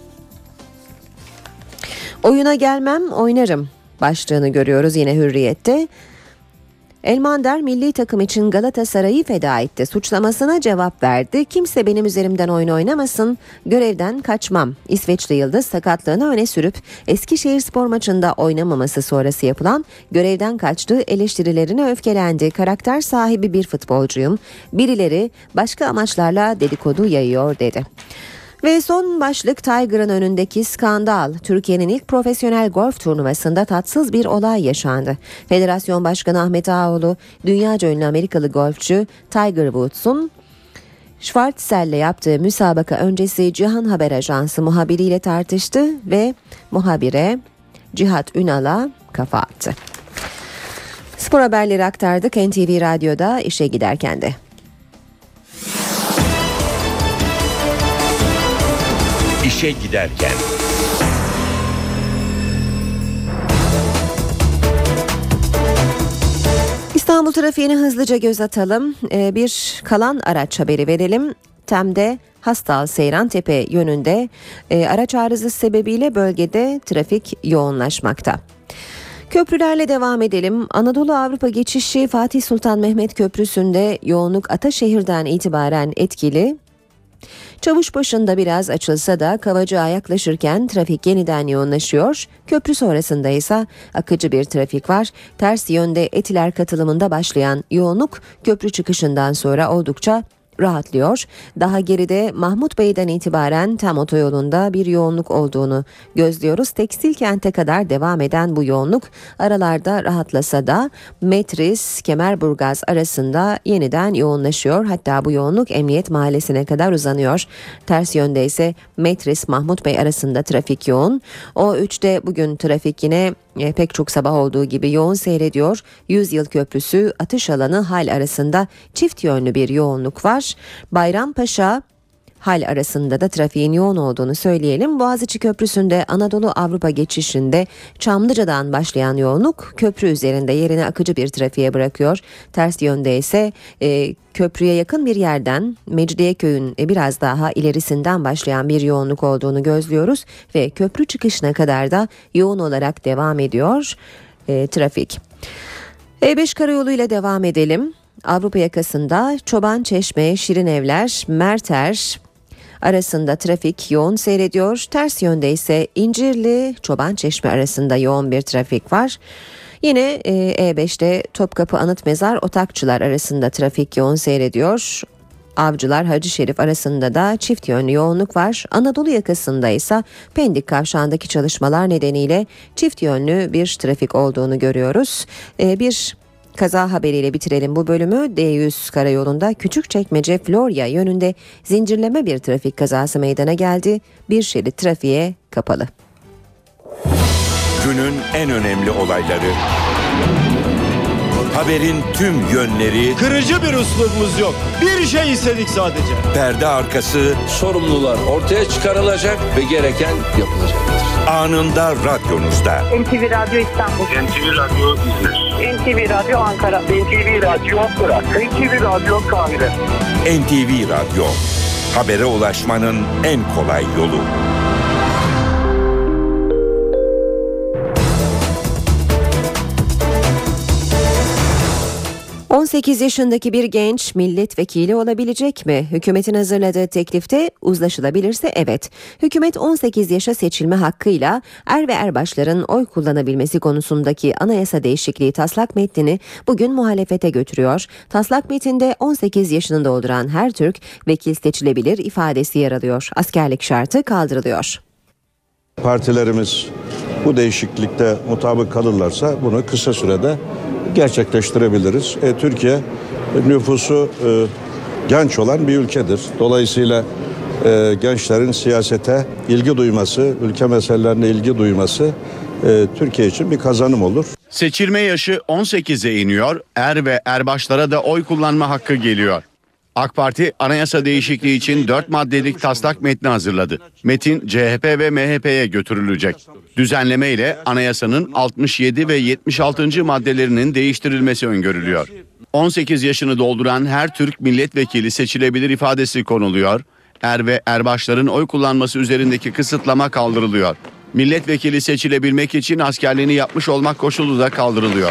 Oyuna gelmem, oynarım başlığını görüyoruz yine Hürriyet'te. Elmander milli takım için Galatasaray'ı feda etti. Suçlamasına cevap verdi. Kimse benim üzerimden oyun oynamasın, görevden kaçmam. İsveçli yıldız sakatlığını öne sürüp Eskişehirspor maçında oynamaması sonrası yapılan görevden kaçtığı eleştirilerine öfkelendi. Karakter sahibi bir futbolcuyum. Birileri başka amaçlarla dedikodu yayıyor dedi. Ve son başlık Tiger'ın önündeki skandal. Türkiye'nin ilk profesyonel golf turnuvasında tatsız bir olay yaşandı. Federasyon Başkanı Ahmet Ağaoğlu, dünyaca ünlü Amerikalı golfçü Tiger Woods'un Schwartzel'le yaptığı müsabaka öncesi Cihan Haber Ajansı muhabiriyle tartıştı ve muhabire Cihat Ünal'a kafa attı. Spor haberleri aktardık NTV Radyo'da işe giderken de. İşe giderken. İstanbul trafiğine hızlıca göz atalım. Bir kalan araç haberi verelim. Tem'de Hastal-Seyrantepe yönünde araç arızası sebebiyle bölgede trafik yoğunlaşmakta. Köprülerle devam edelim. Anadolu Avrupa geçişi Fatih Sultan Mehmet Köprüsü'nde yoğunluk Ataşehir'den itibaren etkili. Çavuşbaşı'nda biraz açılsa da Kavacık'a yaklaşırken trafik yeniden yoğunlaşıyor. Köprü sonrasında ise akıcı bir trafik var. Ters yönde Etiler katılımında başlayan yoğunluk köprü çıkışından sonra oldukça rahatlıyor. Daha geride Mahmut Bey'den itibaren Tem otoyolunda bir yoğunluk olduğunu gözlüyoruz. Tekstil kente kadar devam eden bu yoğunluk aralarda rahatlasa da Metris Kemerburgaz arasında yeniden yoğunlaşıyor. Hatta bu yoğunluk Emniyet Mahallesi'ne kadar uzanıyor. Ters yönde ise Metris Mahmut Bey arasında trafik yoğun. O3'te bugün trafik yine pek çok sabah olduğu gibi yoğun seyrediyor. Yüzyıl Köprüsü atış alanı Hal arasında çift yönlü bir yoğunluk var. Bayrampaşa Hal arasında da trafiğin yoğun olduğunu söyleyelim. Boğaziçi Köprüsü'nde Anadolu Avrupa geçişinde Çamlıca'dan başlayan yoğunluk köprü üzerinde yerini akıcı bir trafiğe bırakıyor. Ters yönde ise köprüye yakın bir yerden Mecidiyeköy'ün biraz daha ilerisinden başlayan bir yoğunluk olduğunu gözlüyoruz ve köprü çıkışına kadar da yoğun olarak devam ediyor trafik. E5 karayoluyla devam edelim. Avrupa yakasında Çobançeşme, Şirinevler, Merter arasında trafik yoğun seyrediyor. Ters yönde ise İncirli, Çobançeşme arasında yoğun bir trafik var. Yine E5'te Topkapı Anıt Mezar Otakçılar arasında trafik yoğun seyrediyor. Avcılar Hacışerif arasında da çift yönlü yoğunluk var. Anadolu yakasında ise Pendik kavşağındaki çalışmalar nedeniyle çift yönlü bir trafik olduğunu görüyoruz. Bir kaza haberiyle bitirelim bu bölümü. D100 karayolunda Küçükçekmece Florya yönünde zincirleme bir trafik kazası meydana geldi. Bir şerit trafiğe kapalı. Günün en önemli olayları. Haberin tüm yönleri. Kırıcı bir üslubumuz yok. Bir şey istedik sadece. Perde arkası. Sorumlular ortaya çıkarılacak ve gereken yapılacaktır. Anında radyonuzda. NTV Radyo İstanbul. NTV Radyo İzmir. NTV Radyo Ankara. NTV Radyo Irak. NTV Radyo Kahire. NTV Radyo. Habere ulaşmanın en kolay yolu. 18 yaşındaki bir genç milletvekili olabilecek mi? Hükümetin hazırladığı teklifte uzlaşılabilirse evet. Hükümet 18 yaşa seçilme hakkıyla er ve erbaşların oy kullanabilmesi konusundaki anayasa değişikliği taslak metnini bugün muhalefete götürüyor. Taslak metinde 18 yaşını dolduran her Türk vekil seçilebilir ifadesi yer alıyor. Askerlik şartı kaldırılıyor. Partilerimiz bu değişiklikte mutabık kalırlarsa bunu kısa sürede gerçekleştirebiliriz. Türkiye nüfusu genç olan bir ülkedir. Dolayısıyla gençlerin siyasete ilgi duyması, ülke meselelerine ilgi duyması Türkiye için bir kazanım olur. Seçilme yaşı 18'e iniyor, er ve erbaşlara da oy kullanma hakkı geliyor. AK Parti anayasa değişikliği için 4 maddelik taslak metni hazırladı. Metin CHP ve MHP'ye götürülecek. Düzenleme ile anayasanın 67 ve 76. maddelerinin değiştirilmesi öngörülüyor. 18 yaşını dolduran her Türk milletvekili seçilebilir ifadesi konuluyor. Er ve erbaşların oy kullanması üzerindeki kısıtlama kaldırılıyor. Milletvekili seçilebilmek için askerliğini yapmış olmak koşulu da kaldırılıyor.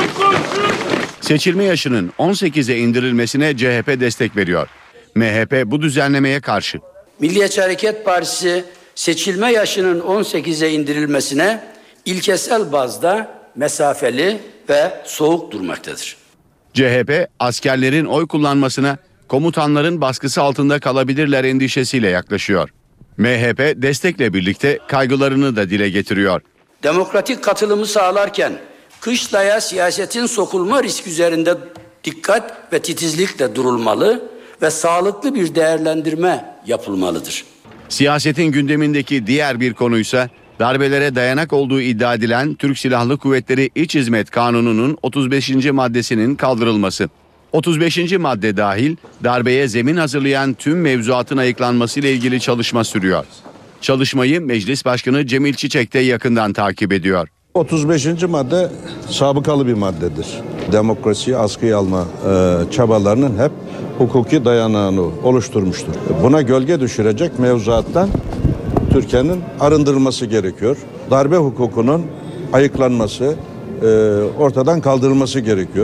Seçilme yaşının 18'e indirilmesine CHP destek veriyor. MHP bu düzenlemeye karşı. Milliyetçi Hareket Partisi seçilme yaşının 18'e indirilmesine ilkesel bazda mesafeli ve soğuk durmaktadır. CHP askerlerin oy kullanmasına komutanların baskısı altında kalabilirler endişesiyle yaklaşıyor. MHP destekle birlikte kaygılarını da dile getiriyor. Demokratik katılımı sağlarken kışlaya siyasetin sokulma riski üzerinde dikkat ve titizlikle durulmalı ve sağlıklı bir değerlendirme yapılmalıdır. Siyasetin gündemindeki diğer bir konuysa darbelere dayanak olduğu iddia edilen Türk Silahlı Kuvvetleri İç Hizmet Kanunu'nun 35. maddesinin kaldırılması. 35. madde dahil darbeye zemin hazırlayan tüm mevzuatın ayıklanması ile ilgili çalışma sürüyor. Çalışmayı Meclis Başkanı Cemil Çiçek de yakından takip ediyor. 35. madde sabıkalı bir maddedir. Demokrasiyi askıya alma çabalarının hep hukuki dayanağını oluşturmuştur. Buna gölge düşürecek mevzuattan Türkiye'nin arındırılması gerekiyor. Darbe hukukunun ayıklanması, ortadan kaldırılması gerekiyor.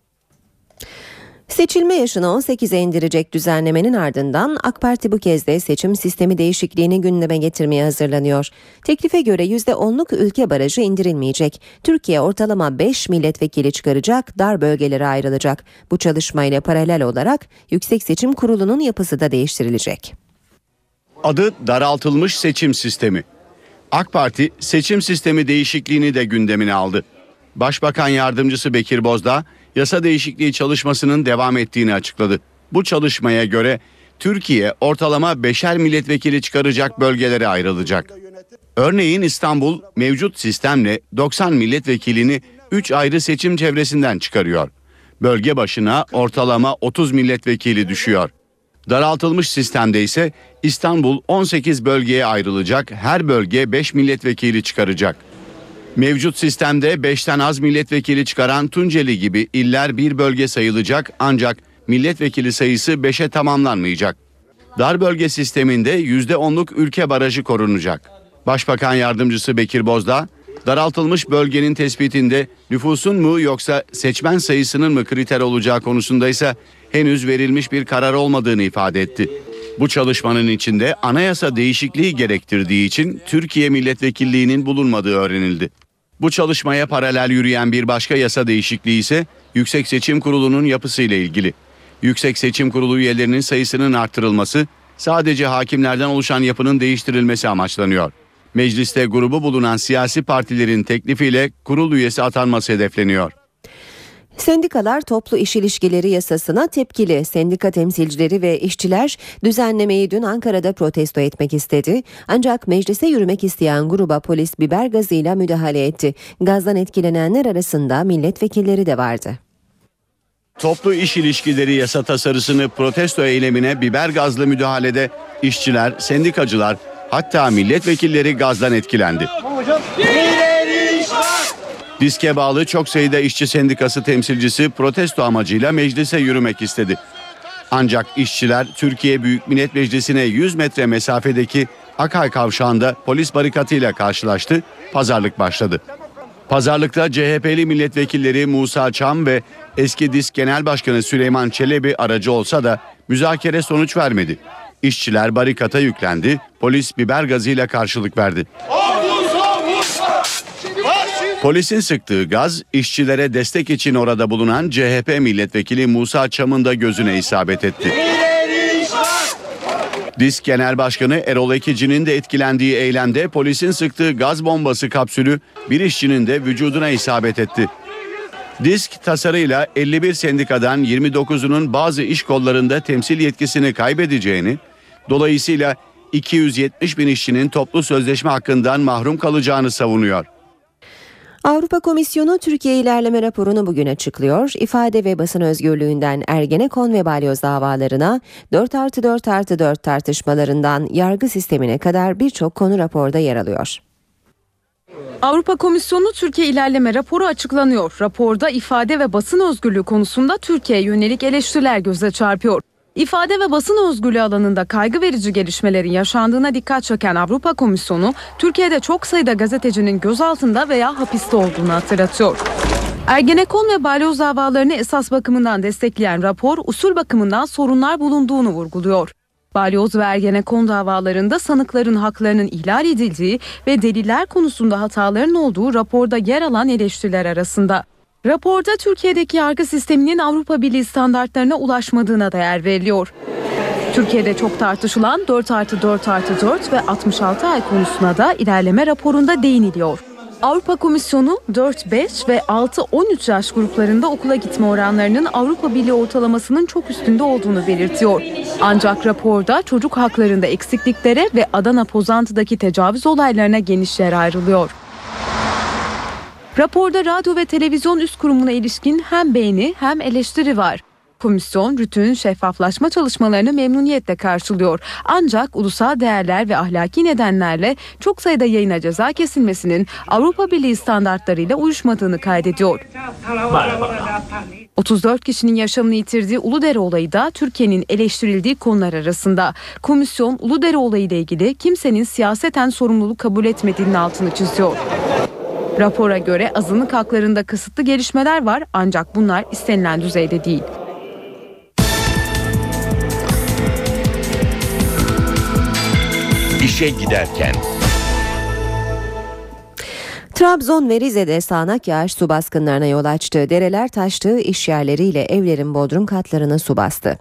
Seçilme yaşını 18'e indirecek düzenlemenin ardından AK Parti bu kez de seçim sistemi değişikliğini gündeme getirmeye hazırlanıyor. Teklife göre %10'luk ülke barajı indirilmeyecek. Türkiye ortalama 5 milletvekili çıkaracak, dar bölgelere ayrılacak. Bu çalışmayla paralel olarak Yüksek Seçim Kurulu'nun yapısı da değiştirilecek. Adı daraltılmış seçim sistemi. AK Parti seçim sistemi değişikliğini de gündemine aldı. Başbakan Yardımcısı Bekir Bozdağ, yasa değişikliği çalışmasının devam ettiğini açıkladı. Bu çalışmaya göre Türkiye ortalama 5'er milletvekili çıkaracak bölgelere ayrılacak. Örneğin İstanbul mevcut sistemle 90 milletvekilini 3 ayrı seçim çevresinden çıkarıyor. Bölge başına ortalama 30 milletvekili düşüyor. Daraltılmış sistemde ise İstanbul 18 bölgeye ayrılacak, her bölge 5 milletvekili çıkaracak. Mevcut sistemde 5'ten az milletvekili çıkaran Tunceli gibi iller bir bölge sayılacak ancak milletvekili sayısı 5'e tamamlanmayacak. Dar bölge sisteminde %10'luk ülke barajı korunacak. Başbakan Yardımcısı Bekir Bozdağ, daraltılmış bölgenin tespitinde nüfusun mu yoksa seçmen sayısının mı kriter olacağı konusunda ise henüz verilmiş bir karar olmadığını ifade etti. Bu çalışmanın içinde anayasa değişikliği gerektirdiği için Türkiye milletvekilliğinin bulunmadığı öğrenildi. Bu çalışmaya paralel yürüyen bir başka yasa değişikliği ise Yüksek Seçim Kurulu'nun yapısıyla ilgili. Yüksek Seçim Kurulu üyelerinin sayısının artırılması, sadece hakimlerden oluşan yapının değiştirilmesi amaçlanıyor. Mecliste grubu bulunan siyasi partilerin teklifiyle kurul üyesi atanması hedefleniyor. Sendikalar toplu iş ilişkileri yasasına tepkili. Sendika temsilcileri ve işçiler düzenlemeyi dün Ankara'da protesto etmek istedi. Ancak meclise yürümek isteyen gruba polis biber gazıyla müdahale etti. Gazdan etkilenenler arasında milletvekilleri de vardı. Toplu iş ilişkileri yasa tasarısını protesto eylemine biber gazlı müdahalede işçiler, sendikacılar, hatta milletvekilleri gazdan etkilendi. DİSK'e bağlı çok sayıda işçi sendikası temsilcisi protesto amacıyla meclise yürümek istedi. Ancak işçiler Türkiye Büyük Millet Meclisi'ne 100 metre mesafedeki Akay kavşağında polis barikatıyla karşılaştı, pazarlık başladı. Pazarlıkta CHP'li milletvekilleri Musa Çam ve eski DİSK Genel Başkanı Süleyman Çelebi aracı olsa da müzakere sonuç vermedi. İşçiler barikata yüklendi, polis biber gazıyla karşılık verdi. Polisin sıktığı gaz işçilere destek için orada bulunan CHP milletvekili Musa Çam'ın da gözüne isabet etti. DİSK Genel Başkanı Erol Ekici'nin de etkilendiği eylemde polisin sıktığı gaz bombası kapsülü bir işçinin de vücuduna isabet etti. DİSK tasarıyla 51 sendikadan 29'unun bazı iş kollarında temsil yetkisini kaybedeceğini, dolayısıyla 270 bin işçinin toplu sözleşme hakkından mahrum kalacağını savunuyor. Avrupa Komisyonu Türkiye ilerleme raporunu bugün açıklıyor. İfade ve basın özgürlüğünden Ergenekon ve Balyoz davalarına 4+4+4 tartışmalarından yargı sistemine kadar birçok konu raporda yer alıyor. Avrupa Komisyonu Türkiye ilerleme raporu açıklanıyor. Raporda ifade ve basın özgürlüğü konusunda Türkiye'ye yönelik eleştiriler göze çarpıyor. İfade ve basın özgürlüğü alanında kaygı verici gelişmelerin yaşandığına dikkat çeken Avrupa Komisyonu, Türkiye'de çok sayıda gazetecinin gözaltında veya hapiste olduğunu hatırlatıyor. Ergenekon ve Balyoz davalarını esas bakımından destekleyen rapor, usul bakımından sorunlar bulunduğunu vurguluyor. Balyoz ve Ergenekon davalarında sanıkların haklarının ihlal edildiği ve deliller konusunda hataların olduğu raporda yer alan eleştiriler arasında. Raporda Türkiye'deki yargı sisteminin Avrupa Birliği standartlarına ulaşmadığına da yer veriliyor. Türkiye'de çok tartışılan 4+4+4 ve 66 ay konusuna da ilerleme raporunda değiniliyor. Avrupa Komisyonu 4-5 ve 6-13 yaş gruplarında okula gitme oranlarının Avrupa Birliği ortalamasının çok üstünde olduğunu belirtiyor. Ancak raporda çocuk haklarında eksikliklere ve Adana Pozantı'daki tecavüz olaylarına geniş yer ayrılıyor. Raporda radyo ve televizyon üst kurumuna ilişkin hem beğeni hem eleştiri var. Komisyon, RTÜK'ün şeffaflaşma çalışmalarını memnuniyetle karşılıyor. Ancak ulusal değerler ve ahlaki nedenlerle çok sayıda yayına ceza kesilmesinin Avrupa Birliği standartlarıyla uyuşmadığını kaydediyor. 34 kişinin yaşamını yitirdiği Uludere olayı da Türkiye'nin eleştirildiği konular arasında. Komisyon, Uludere olayı ile ilgili kimsenin siyaseten sorumluluk kabul etmediğinin altını çiziyor. Rapora göre azınlık haklarında kısıtlı gelişmeler var ancak bunlar istenilen düzeyde değil. İşe giderken. Trabzon ve Rize'de sağanak yağış su baskınlarına yol açtı. Dereler taştı, iş yerleriyle evlerin bodrum katlarını su bastı.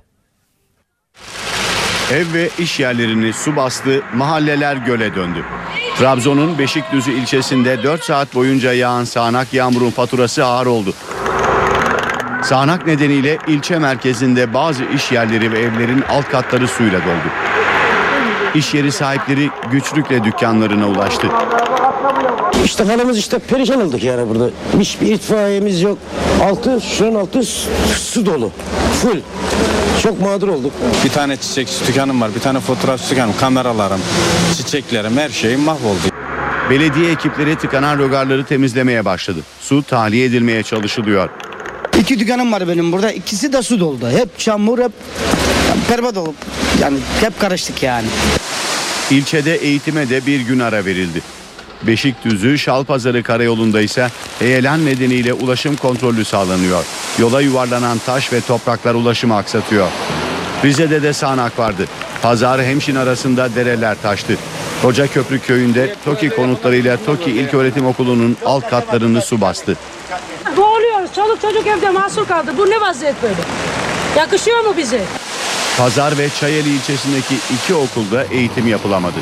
Ev ve iş yerlerini su bastı, mahalleler göle döndü. Trabzon'un Beşikdüzü ilçesinde 4 saat boyunca yağan sağanak yağmurun faturası ağır oldu. Sağanak nedeniyle ilçe merkezinde bazı iş yerleri ve evlerin alt katları suyla doldu. İş yeri sahipleri güçlükle dükkanlarına ulaştı. İşte halımız perişan olduk yani burada. Hiçbir itfaiyemiz yok. Şuranın altı su dolu. Full. Çok mağdur olduk. Bir tane çiçek dükkanım var. Bir tane fotoğraf dükkanım, kameralarım, çiçeklerim, her şeyim mahvoldu. Belediye ekipleri tıkanan rögarları temizlemeye başladı. Su tahliye edilmeye çalışılıyor. 2 dükkanım var benim burada. İkisi de su doldu. Hep çamur, hep berbat olup. Yani hep karıştık yani. İlçede eğitime de bir gün ara verildi. Beşikdüzü Şalpazarı karayolunda ise heyelan nedeniyle ulaşım kontrolü sağlanıyor. Yola yuvarlanan taş ve topraklar ulaşımı aksatıyor. Rize'de de sağanak vardı. Pazar Hemşin arasında dereler taştı. Kocaköprü köyünde TOKİ konutlarıyla TOKİ İlköğretim Okulu'nun alt katlarını su bastı. Boğuluyoruz. Çoluk çocuk evde mahsur kaldı. Bu ne vaziyet böyle? Yakışıyor mu bize? Pazar ve Çayeli ilçesindeki 2 okulda eğitim yapılamadı.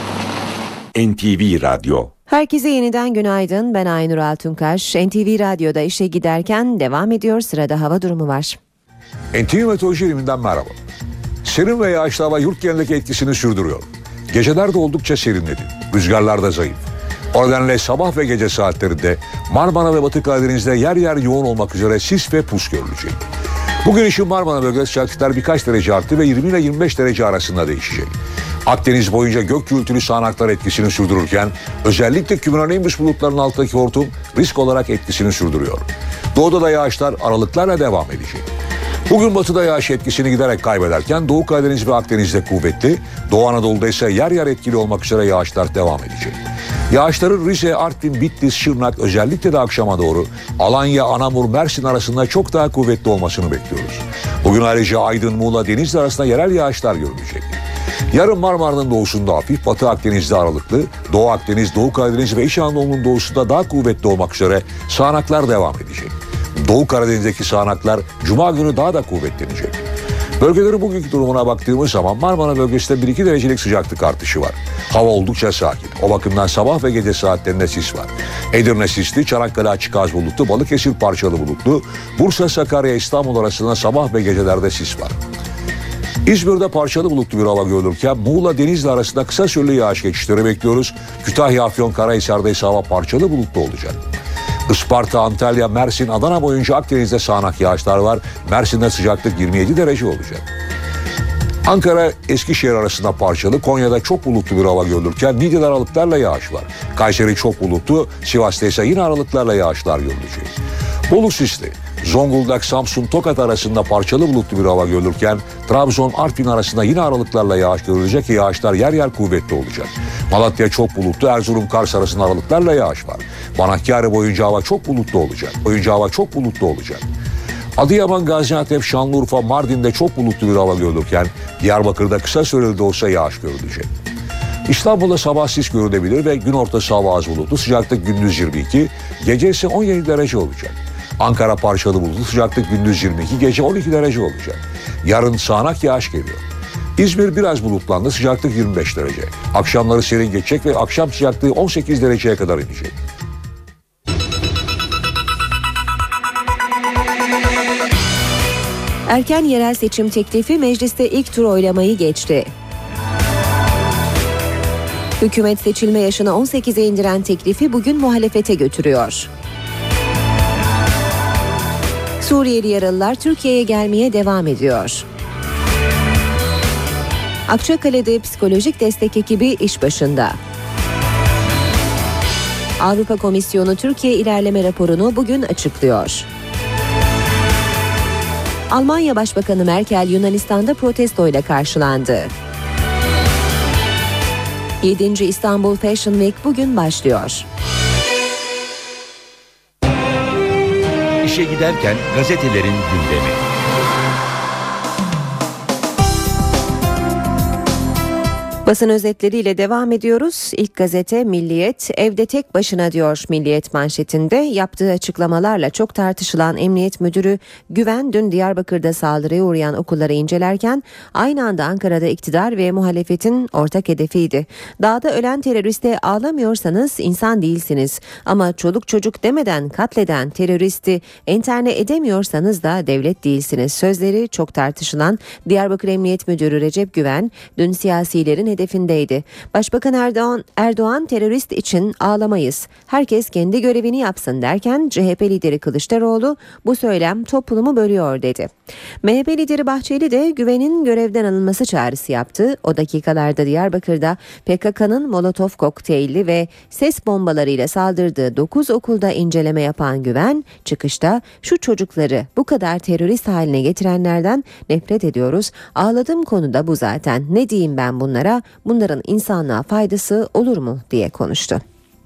NTV Radyo. Herkese yeniden günaydın. Ben Aynur Altunkaş. NTV Radyo'da işe giderken devam ediyor. Sırada hava durumu var. NTV Meteoroloji Biriminden merhaba. Serin ve yağışlı hava yurt genelindeki etkisini sürdürüyor. Geceler de oldukça serinledi. Rüzgarlar da zayıf. O nedenle sabah ve gece saatlerinde Marmara ve Batı Karadeniz'de yer yer yoğun olmak üzere sis ve pus görülecek. Bugün için Marmara bölgesinde sıcaklıklar birkaç derece arttı ve 20 ile 25 derece arasında değişecek. Akdeniz boyunca gök gürültülü sağanaklar etkisini sürdürürken özellikle kümülonimbus bulutlarının altındaki hortum risk olarak etkisini sürdürüyor. Doğuda da yağışlar aralıklarla devam edecek. Bugün batıda yağış etkisini giderek kaybederken Doğu Karadeniz ve Akdeniz'de kuvvetli, Doğu Anadolu'da ise yer yer etkili olmak üzere yağışlar devam edecek. Yağışların Rize, Artvin, Bitlis, Şırnak özellikle de akşama doğru Alanya, Anamur, Mersin arasında çok daha kuvvetli olmasını bekliyoruz. Bugün ayrıca Aydın, Muğla, Denizli arasında yerel yağışlar görülecek. Yarın Marmara'nın doğusunda hafif, Batı Akdeniz'de aralıklı, Doğu Akdeniz, Doğu Karadeniz ve İç Anadolu'nun doğusunda daha kuvvetli olmak üzere sağanaklar devam edecek. Doğu Karadeniz'deki sağanaklar Cuma günü daha da kuvvetlenecek. Bölgelerin bugünkü durumuna baktığımız zaman Marmara bölgesinde 1-2 derecelik sıcaklık artışı var. Hava oldukça sakin. O bakımdan sabah ve gece saatlerinde sis var. Edirne sisli, Çanakkale açık az bulutlu, Balıkesir parçalı bulutlu, Bursa, Sakarya, İstanbul arasında sabah ve gecelerde sis var. İzmir'de parçalı bulutlu bir hava görülürken Muğla Denizli arasında kısa süreli yağış geçişleri bekliyoruz. Kütahya, Afyonkarahisar'da ise hava parçalı bulutlu olacak. Isparta, Antalya, Mersin, Adana boyunca Akdeniz'de sağanak yağışlar var. Mersin'de sıcaklık 27 derece olacak. Ankara, Eskişehir arasında parçalı, Konya'da çok bulutlu bir hava görülürken Niğde'de aralıklarla yağış var. Kayseri çok bulutlu, Sivas'ta ise yine aralıklarla yağışlar görülecek. Bolu sisli, Zonguldak, Samsun, Tokat arasında parçalı bulutlu bir hava görülürken Trabzon, Artvin arasında yine aralıklarla yağış görülecek ki yağışlar yer yer kuvvetli olacak. Malatya çok bulutlu, Erzurum, Kars arasında aralıklarla yağış var. Hakkari boyunca hava çok bulutlu olacak. Adıyaman, Gaziantep, Şanlıurfa, Mardin'de çok bulutlu bir hava görülürken Diyarbakır'da kısa süreli de olsa yağış görülecek. İstanbul'da sabah sis görülebilir ve gün ortası hava az bulutlu, sıcaklık gündüz 22, gece ise 17 derece olacak. Ankara parçalı bulutlu, sıcaklık gündüz 22, gece 12 derece olacak. Yarın sağanak yağış geliyor. İzmir biraz bulutlandı, sıcaklık 25 derece. Akşamları serin geçecek ve akşam sıcaklığı 18 dereceye kadar inecek. Erken yerel seçim teklifi mecliste ilk tur oylamayı geçti. Hükümet seçilme yaşını 18'e indiren teklifi bugün muhalefete götürüyor. Suriyeli yaralılar Türkiye'ye gelmeye devam ediyor. Akçakale'de psikolojik destek ekibi iş başında. Avrupa Komisyonu Türkiye ilerleme raporunu bugün açıklıyor. Almanya Başbakanı Merkel Yunanistan'da protestoyla karşılandı. 7. İstanbul Fashion Week bugün başlıyor. İşe giderken gazetelerin gündemi. Basın özetleriyle devam ediyoruz. İlk gazete Milliyet, evde tek başına diyor Milliyet manşetinde. Yaptığı açıklamalarla çok tartışılan Emniyet Müdürü Güven dün Diyarbakır'da saldırıya uğrayan okulları incelerken aynı anda Ankara'da iktidar ve muhalefetin ortak hedefiydi. Dağda ölen teröriste ağlamıyorsanız insan değilsiniz ama çoluk çocuk demeden katleden teröristi enterne edemiyorsanız da devlet değilsiniz. Sözleri çok tartışılan Diyarbakır Emniyet Müdürü Recep Güven dün siyasilerin hedefindeydi. Başbakan Erdoğan terörist için ağlamayız, herkes kendi görevini yapsın derken CHP lideri Kılıçdaroğlu bu söylem toplumu bölüyor dedi. MHP lideri Bahçeli de Güven'in görevden alınması çağrısı yaptı. O dakikalarda Diyarbakır'da PKK'nın Molotov kokteylli ve ses bombalarıyla saldırdığı 9 okulda inceleme yapan Güven çıkışta şu çocukları bu kadar terörist haline getirenlerden nefret ediyoruz. Ağladığım konu da bu zaten. Ne diyeyim ben bunlara? Bunların insanlığa faydası olur mu diye konuştu.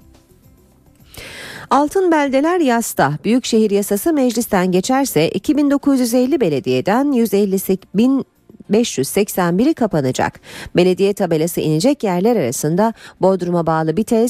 Altın beldeler yasta. Büyükşehir yasası meclisten geçerse 2950 belediyeden 158.581'i kapanacak. Belediye tabelası inecek yerler arasında Bodrum'a bağlı Bites,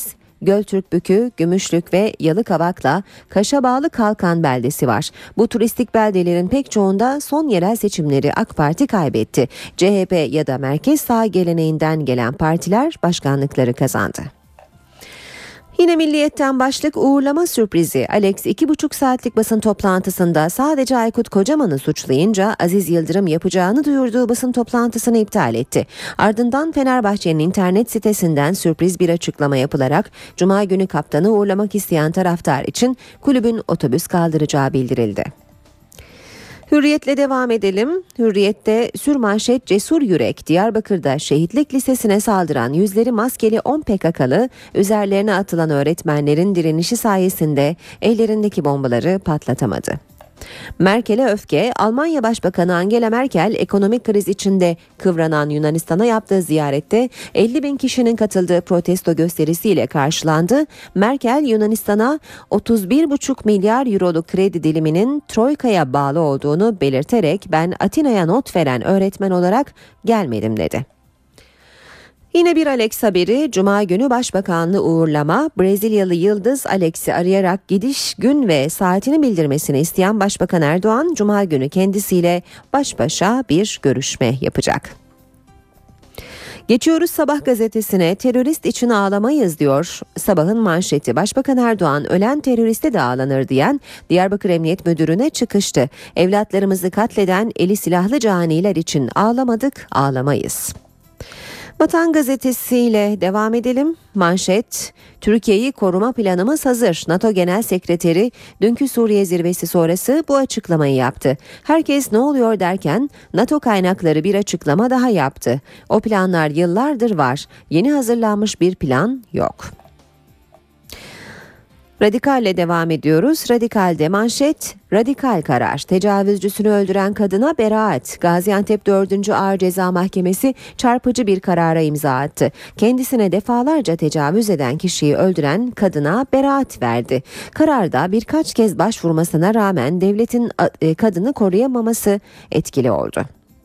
Göltürkbükü, Gümüşlük ve Yalıkavak'la Kaş'a bağlı Kalkan beldesi var. Bu turistik beldelerin pek çoğunda son yerel seçimleri AK Parti kaybetti. CHP ya da merkez sağ geleneğinden gelen partiler başkanlıkları kazandı. Yine Milliyet'ten başlık uğurlama sürprizi. Alex 2,5 saatlik basın toplantısında sadece Aykut Kocaman'ı suçlayınca Aziz Yıldırım yapacağını duyurduğu basın toplantısını iptal etti. Ardından Fenerbahçe'nin internet sitesinden sürpriz bir açıklama yapılarak Cuma günü kaptanı uğurlamak isteyen taraftar için kulübün otobüs kaldıracağı bildirildi. Hürriyet'le devam edelim. Hürriyet'te sürmanşet cesur yürek. Diyarbakır'da Şehitlik Lisesi'ne saldıran yüzleri maskeli 10 PKK'lı üzerlerine atılan öğretmenlerin direnişi sayesinde ellerindeki bombaları patlatamadı. Merkel'e öfke. Almanya Başbakanı Angela Merkel ekonomik kriz içinde kıvranan Yunanistan'a yaptığı ziyarette 50 bin kişinin katıldığı protesto gösterisiyle karşılandı. Merkel Yunanistan'a 31,5 milyar euroluk kredi diliminin Troika'ya bağlı olduğunu belirterek ben Atina'ya not veren öğretmen olarak gelmedim dedi. Yine bir Alex haberi. Cuma günü Başbakanlığı uğurlama. Brezilyalı yıldız Alex'i arayarak gidiş, gün ve saatini bildirmesini isteyen Başbakan Erdoğan, Cuma günü kendisiyle baş başa bir görüşme yapacak. Geçiyoruz Sabah gazetesine. Terörist için ağlamayız diyor Sabah'ın manşeti. Başbakan Erdoğan ölen teröriste de ağlanır diyen Diyarbakır Emniyet Müdürü'ne çıkıştı. Evlatlarımızı katleden eli silahlı caniler için ağlamadık, ağlamayız. Vatan gazetesiyle devam edelim. Manşet, Türkiye'yi koruma planımız hazır. NATO Genel Sekreteri dünkü Suriye zirvesi sonrası bu açıklamayı yaptı. Herkes ne oluyor derken NATO kaynakları bir açıklama daha yaptı. O planlar yıllardır var. Yeni hazırlanmış bir plan yok. Radikal'le devam ediyoruz. Radikal'de manşet, radikal karar. Tecavüzcüsünü öldüren kadına beraat. Gaziantep 4. Ağır Ceza Mahkemesi çarpıcı bir karara imza attı. Kendisine defalarca tecavüz eden kişiyi öldüren kadına beraat verdi. Kararda birkaç kez başvurmasına rağmen devletin kadını koruyamaması etkili oldu.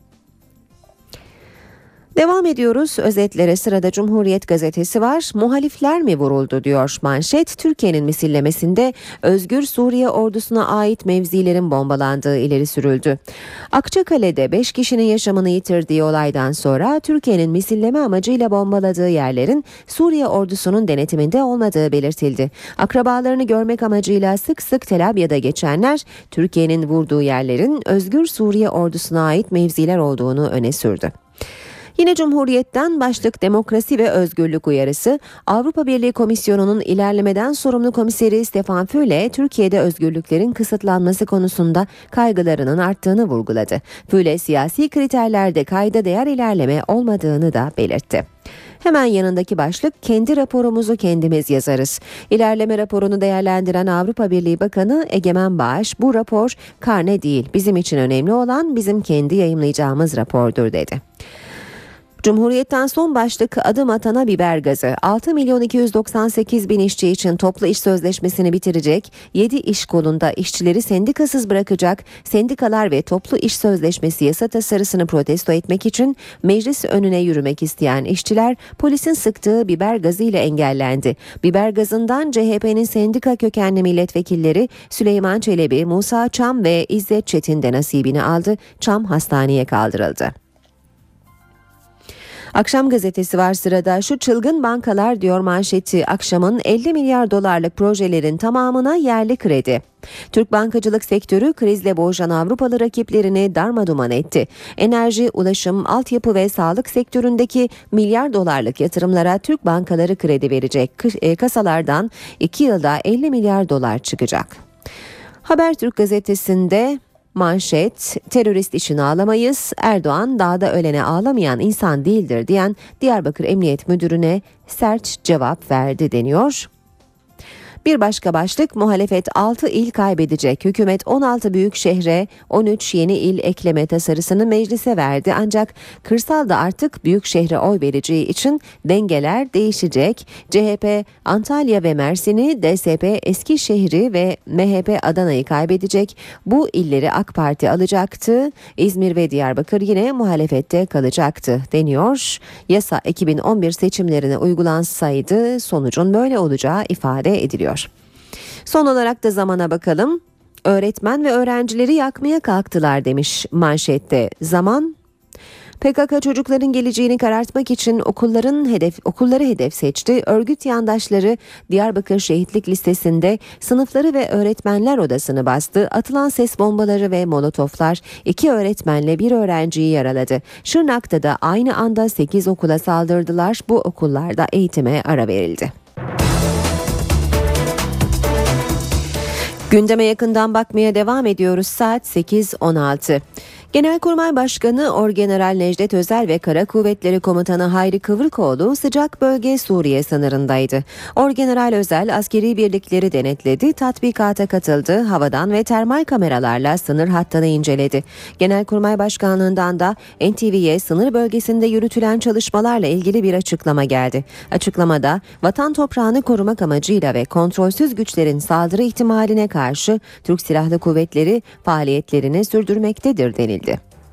Devam ediyoruz özetlere. Sırada Cumhuriyet gazetesi var. Muhalifler mi vuruldu diyor manşet. Türkiye'nin misillemesinde Özgür Suriye ordusuna ait mevzilerin bombalandığı ileri sürüldü. Akçakale'de 5 kişinin yaşamını yitirdiği olaydan sonra Türkiye'nin misilleme amacıyla bombaladığı yerlerin Suriye ordusunun denetiminde olmadığı belirtildi. Akrabalarını görmek amacıyla sık sık Tel Abyad'a geçenler Türkiye'nin vurduğu yerlerin Özgür Suriye ordusuna ait mevziler olduğunu öne sürdü. Yine Cumhuriyet'ten başlık demokrasi ve özgürlük uyarısı. Avrupa Birliği Komisyonu'nun ilerlemeden sorumlu komiseri Stefan Füle, Türkiye'de özgürlüklerin kısıtlanması konusunda kaygılarının arttığını vurguladı. Füle, siyasi kriterlerde kayda değer ilerleme olmadığını da belirtti. Hemen yanındaki başlık kendi raporumuzu kendimiz yazarız. İlerleme raporunu değerlendiren Avrupa Birliği Bakanı Egemen Bağış, bu rapor karne değil, bizim için önemli olan bizim kendi yayımlayacağımız rapordur dedi. Cumhuriyet'ten son başlık adım atana biber gazı. 6.298.000 işçi için toplu iş sözleşmesini bitirecek, 7 iş kolunda işçileri sendikasız bırakacak, sendikalar ve toplu iş sözleşmesi yasa tasarısını protesto etmek için meclis önüne yürümek isteyen işçiler polisin sıktığı biber gazı ile engellendi. Biber gazından CHP'nin sendika kökenli milletvekilleri Süleyman Çelebi, Musa Çam ve İzzet Çetin de nasibini aldı. Çam hastaneye kaldırıldı. Akşam gazetesi var sırada. Şu çılgın bankalar diyor manşeti. Akşam'ın 50 milyar dolarlık projelerin tamamına yerli kredi. Türk bankacılık sektörü krizle boğuşan Avrupalı rakiplerini darmaduman etti. Enerji, ulaşım, altyapı ve sağlık sektöründeki milyar dolarlık yatırımlara Türk bankaları kredi verecek. Kasalardan 2 yılda 50 milyar dolar çıkacak. Habertürk gazetesinde manşet, terörist için ağlamayız, Erdoğan dağda ölene ağlamayan insan değildir diyen Diyarbakır Emniyet Müdürü'ne sert cevap verdi deniyor. Bir başka başlık, muhalefet 6 il kaybedecek. Hükümet 16 büyük şehre 13 yeni il ekleme tasarısını meclise verdi. Ancak kırsalda artık büyük şehre oy vereceği için dengeler değişecek. CHP Antalya ve Mersin'i, DSP Eskişehir'i ve MHP Adana'yı kaybedecek. Bu illeri AK Parti alacaktı. İzmir ve Diyarbakır yine muhalefette kalacaktı deniyor. Yasa 2011 seçimlerine uygulansaydı sonucun böyle olacağı ifade ediliyor. Son olarak da zamana bakalım. Öğretmen ve öğrencileri yakmaya kalktılar demiş manşette Zaman. PKK çocukların geleceğini karartmak için okulları hedef seçti. Örgüt yandaşları Diyarbakır Şehitlik Listesi'nde sınıfları ve öğretmenler odasını bastı. Atılan ses bombaları ve molotoflar 2 öğretmenle 1 öğrenciyi yaraladı. Şırnak'ta da aynı anda 8 okula saldırdılar. Bu okullarda eğitime ara verildi. Gündeme yakından bakmaya devam ediyoruz. Saat 8.16. Genelkurmay Başkanı Orgeneral Necdet Özel ve Kara Kuvvetleri Komutanı Hayri Kıvrıkoğlu sıcak bölge Suriye sınırındaydı. Orgeneral Özel askeri birlikleri denetledi, tatbikata katıldı, havadan ve termal kameralarla sınır hattını inceledi. Genelkurmay Başkanlığından da NTV'ye sınır bölgesinde yürütülen çalışmalarla ilgili bir açıklama geldi. Açıklamada vatan toprağını korumak amacıyla ve kontrolsüz güçlerin saldırı ihtimaline karşı Türk Silahlı Kuvvetleri faaliyetlerini sürdürmektedir denildi.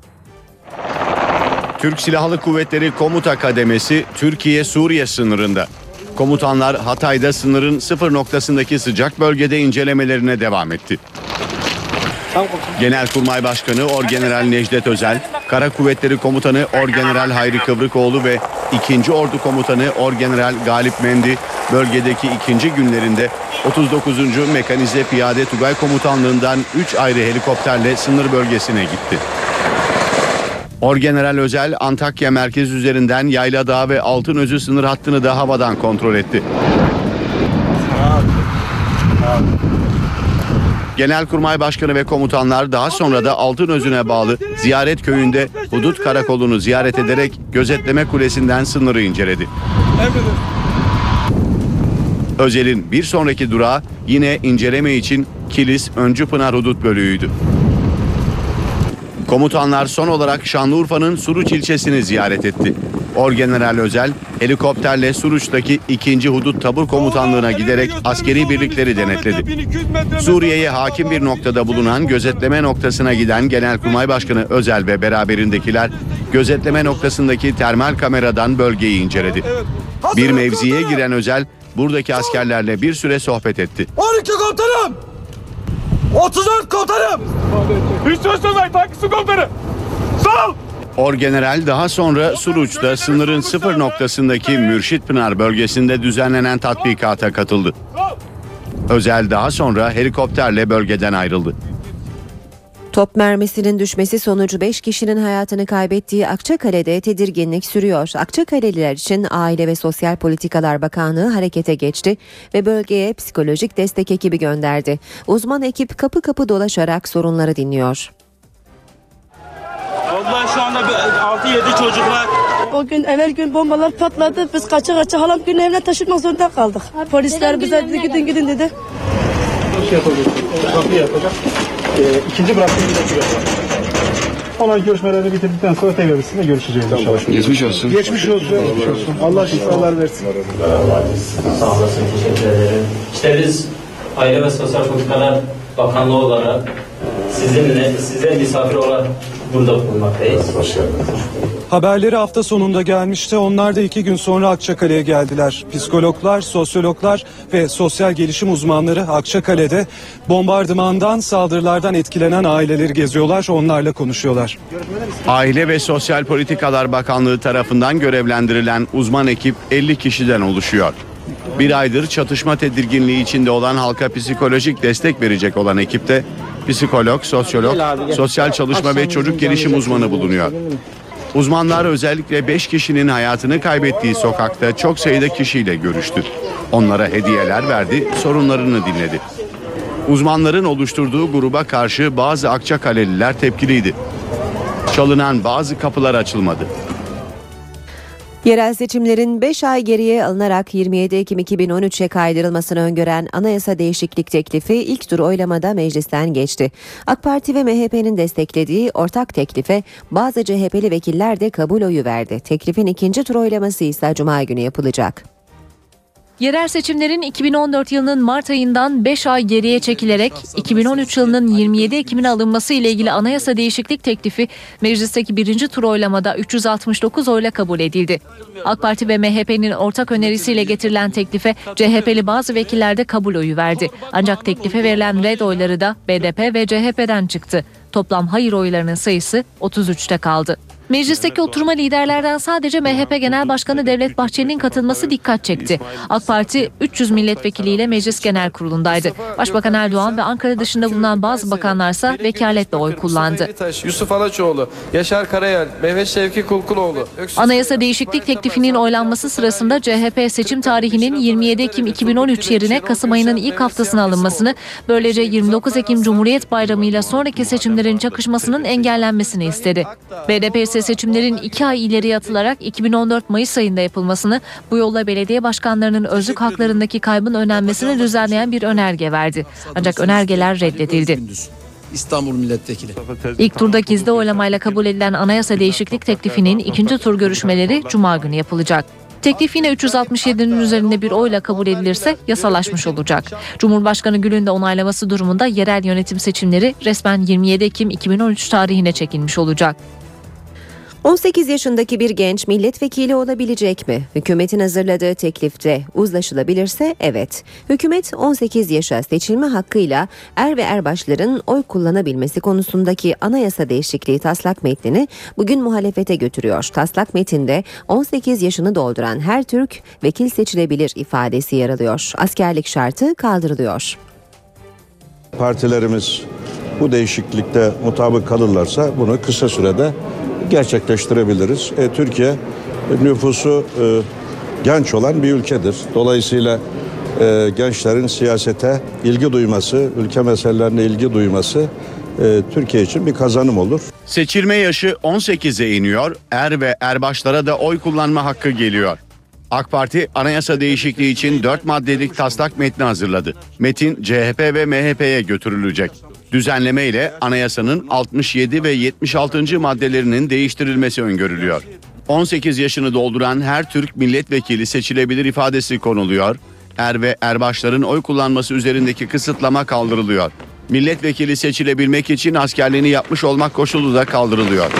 Türk Silahlı Kuvvetleri Komuta Kademesi Türkiye-Suriye sınırında. Komutanlar Hatay'da sınırın sıfır noktasındaki sıcak bölgede incelemelerine devam etti. Genelkurmay Başkanı Orgeneral Necdet Özel, Kara Kuvvetleri Komutanı Orgeneral Hayri Kıvrıkoğlu ve 2. Ordu Komutanı Orgeneral Galip Mendi bölgedeki ikinci günlerinde 39. Mekanize Piyade Tugay Komutanlığından 3 ayrı helikopterle sınır bölgesine gitti. Orgeneral Özel, Antakya merkez üzerinden Yayladağ ve Altınözü sınır hattını da havadan kontrol etti. Genelkurmay Başkanı ve komutanlar daha sonra da Altınözü'ne bağlı Ziyaret Köyü'nde Hudut Karakolu'nu ziyaret ederek gözetleme kulesinden sınırı inceledi. Özel'in bir sonraki durağı yine inceleme için Kilis Öncüpınar Hudut Bölüğü'ydü. Komutanlar son olarak Şanlıurfa'nın Suruç ilçesini ziyaret etti. Orgeneral Özel helikopterle Suruç'taki 2. Hudut Tabur Komutanlığı'na giderek askeri birlikleri denetledi. Suriye'ye hakim bir noktada bulunan gözetleme noktasına giden Genelkurmay Başkanı Özel ve beraberindekiler gözetleme noktasındaki termal kameradan bölgeyi inceledi. Bir mevziye giren Özel buradaki askerlerle bir süre sohbet etti. 12 komutanım! 34 komutanım! Hüsnü Sözay tankisi komutanı! Sağ ol! Orgeneral daha sonra Suruç'ta sınırın sıfır noktasındaki Mürşitpınar bölgesinde düzenlenen tatbikata katıldı. Özel daha sonra helikopterle bölgeden ayrıldı. Top mermisinin düşmesi sonucu 5 kişinin hayatını kaybettiği Akçakale'de tedirginlik sürüyor. Akçakaleliler için Aile ve Sosyal Politikalar Bakanlığı harekete geçti ve bölgeye psikolojik destek ekibi gönderdi. Uzman ekip kapı kapı dolaşarak sorunları dinliyor. Vallahi şu anda 6-7 çocuklar. O gün evvel gün bombalar patladı. Biz kaça halam gün evine taşınmak zorunda kaldık. Polisler bize dedi gidin dedi. Kapı yapacak. İkinci bıraktığım bir dakika. Olan görüşmelerini bitirdikten sonra tekrar sizinle görüşeceğiz. Tamam. Geçmiş olsun. Geçmiş olsun. Allah şifalar versin. Sağ olasın. Teşekkür ederim. İşte biz Aile ve Sosyal Politikalar Bakanlığı olarak size misafir olarak burada bulunmaktayız. Hoş geldiniz. Haberleri hafta sonunda gelmişti. Onlar da 2 gün sonra Akçakale'ye geldiler. Psikologlar, sosyologlar ve sosyal gelişim uzmanları Akçakale'de bombardımandan, saldırılardan etkilenen aileleri geziyorlar. Onlarla konuşuyorlar. Aile ve Sosyal Politikalar Bakanlığı tarafından görevlendirilen uzman ekip 50 kişiden oluşuyor. Bir aydır çatışma tedirginliği içinde olan halka psikolojik destek verecek olan ekipte psikolog, sosyolog, sosyal çalışma ve çocuk gelişim uzmanı bulunuyor. Uzmanlar özellikle 5 kişinin hayatını kaybettiği sokakta çok sayıda kişiyle görüştü. Onlara hediyeler verdi, sorunlarını dinledi. Uzmanların oluşturduğu gruba karşı bazı Akçakaleliler tepkiliydi. Çalınan bazı kapılar açılmadı. Yerel seçimlerin 5 ay geriye alınarak 27 Ekim 2013'e kaydırılmasını öngören anayasa değişiklik teklifi ilk tur oylamada meclisten geçti. AK Parti ve MHP'nin desteklediği ortak teklife bazı CHP'li vekiller de kabul oyu verdi. Teklifin ikinci tur oylaması ise Cuma günü yapılacak. Yerel seçimlerin 2014 yılının Mart ayından 5 ay geriye çekilerek 2013 yılının 27 Ekim'ine alınması ile ilgili anayasa değişiklik teklifi meclisteki birinci tur oylamada 369 oyla kabul edildi. AK Parti ve MHP'nin ortak önerisiyle getirilen teklife CHP'li bazı vekiller de kabul oyu verdi. Ancak teklife verilen red oyları da BDP ve CHP'den çıktı. Toplam hayır oylarının sayısı 33'te kaldı. Meclisteki oturuma liderlerden sadece MHP Genel Başkanı Devlet Bahçeli'nin katılması dikkat çekti. AK Parti 300 milletvekiliyle Meclis Genel Kurulu'ndaydı. Başbakan Erdoğan ve Ankara dışında bulunan bazı bakanlarsa vekaletle oy kullandı. Yusuf Alaçoğlu, Yaşar Karayel, Mehmet Şevki Kulkuloğlu. Anayasa değişiklik teklifinin oylanması sırasında CHP seçim tarihinin 27 Ekim 2013 yerine Kasım ayının ilk haftasına alınmasını, böylece 29 Ekim Cumhuriyet Bayramı ile sonraki seçimlerin çakışmasının engellenmesini istedi. BDP ise seçimlerin 2 ay ileriye atılarak 2014 Mayıs ayında yapılmasını, bu yolla belediye başkanlarının özlük haklarındaki kaybın önlenmesini düzenleyen bir önerge verdi. Ancak önergeler reddedildi. İstanbul Milletvekili. İlk turda gizli oylamayla kabul edilen anayasa değişiklik teklifinin ikinci tur görüşmeleri Cuma günü yapılacak. Teklif yine 367'nin üzerinde bir oyla kabul edilirse yasalaşmış olacak. Cumhurbaşkanı Gül'ün de onaylaması durumunda yerel yönetim seçimleri resmen 27 Ekim 2013 tarihine çekilmiş olacak. 18 yaşındaki bir genç milletvekili olabilecek mi? Hükümetin hazırladığı teklifte uzlaşılabilirse evet. Hükümet 18 yaşa seçilme hakkıyla er ve erbaşların oy kullanabilmesi konusundaki anayasa değişikliği taslak metnini bugün muhalefete götürüyor. Taslak metinde 18 yaşını dolduran her Türk vekil seçilebilir ifadesi yer alıyor. Askerlik şartı kaldırılıyor. Partilerimiz bu değişiklikte mutabık kalırlarsa bunu kısa sürede gerçekleştirebiliriz. Türkiye nüfusu genç olan bir ülkedir. Dolayısıyla gençlerin siyasete ilgi duyması, ülke meselelerine ilgi duyması Türkiye için bir kazanım olur. Seçilme yaşı 18'e iniyor, er ve erbaşlara da oy kullanma hakkı geliyor. AK Parti anayasa değişikliği için 4 maddelik taslak metni hazırladı. Metin CHP ve MHP'ye götürülecek. Düzenleme ile anayasanın 67 ve 76. maddelerinin değiştirilmesi öngörülüyor. 18 yaşını dolduran her Türk milletvekili seçilebilir ifadesi konuluyor. Er ve erbaşların oy kullanması üzerindeki kısıtlama kaldırılıyor. Milletvekili seçilebilmek için askerliğini yapmış olmak koşulu da kaldırılıyor.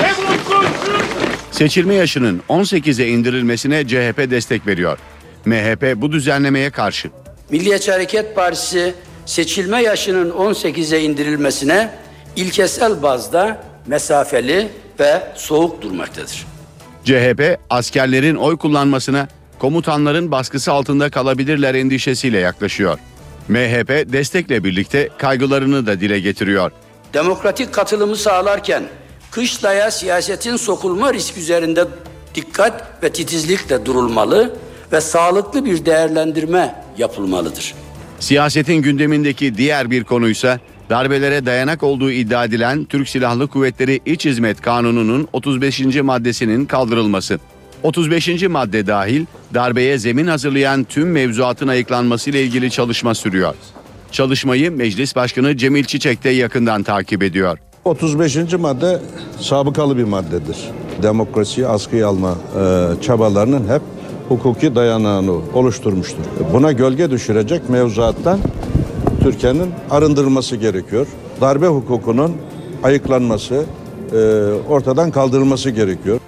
Seçilme yaşının 18'e indirilmesine CHP destek veriyor. MHP bu düzenlemeye karşı. Milliyetçi Hareket Partisi seçilme yaşının 18'e indirilmesine ilkesel bazda mesafeli ve soğuk durmaktadır. CHP askerlerin oy kullanmasına komutanların baskısı altında kalabilirler endişesiyle yaklaşıyor. MHP destekle birlikte kaygılarını da dile getiriyor. Demokratik katılımı sağlarken kışlaya siyasetin sokulma riski üzerinde dikkat ve titizlikle durulmalı ve sağlıklı bir değerlendirme yapılmalıdır. Siyasetin gündemindeki diğer bir konuysa darbelere dayanak olduğu iddia edilen Türk Silahlı Kuvvetleri İç Hizmet Kanunu'nun 35. maddesinin kaldırılması. 35. madde dahil darbeye zemin hazırlayan tüm mevzuatın ayıklanması ile ilgili çalışma sürüyor. Çalışmayı Meclis Başkanı Cemil Çiçek de yakından takip ediyor. 35. madde sabıkalı bir maddedir. Demokrasiyi askıya alma çabalarının hep hukuki dayanağını oluşturmuştur. Buna gölge düşürecek mevzuattan Türkiye'nin arındırılması gerekiyor. Darbe hukukunun ayıklanması, ortadan kaldırılması gerekiyor.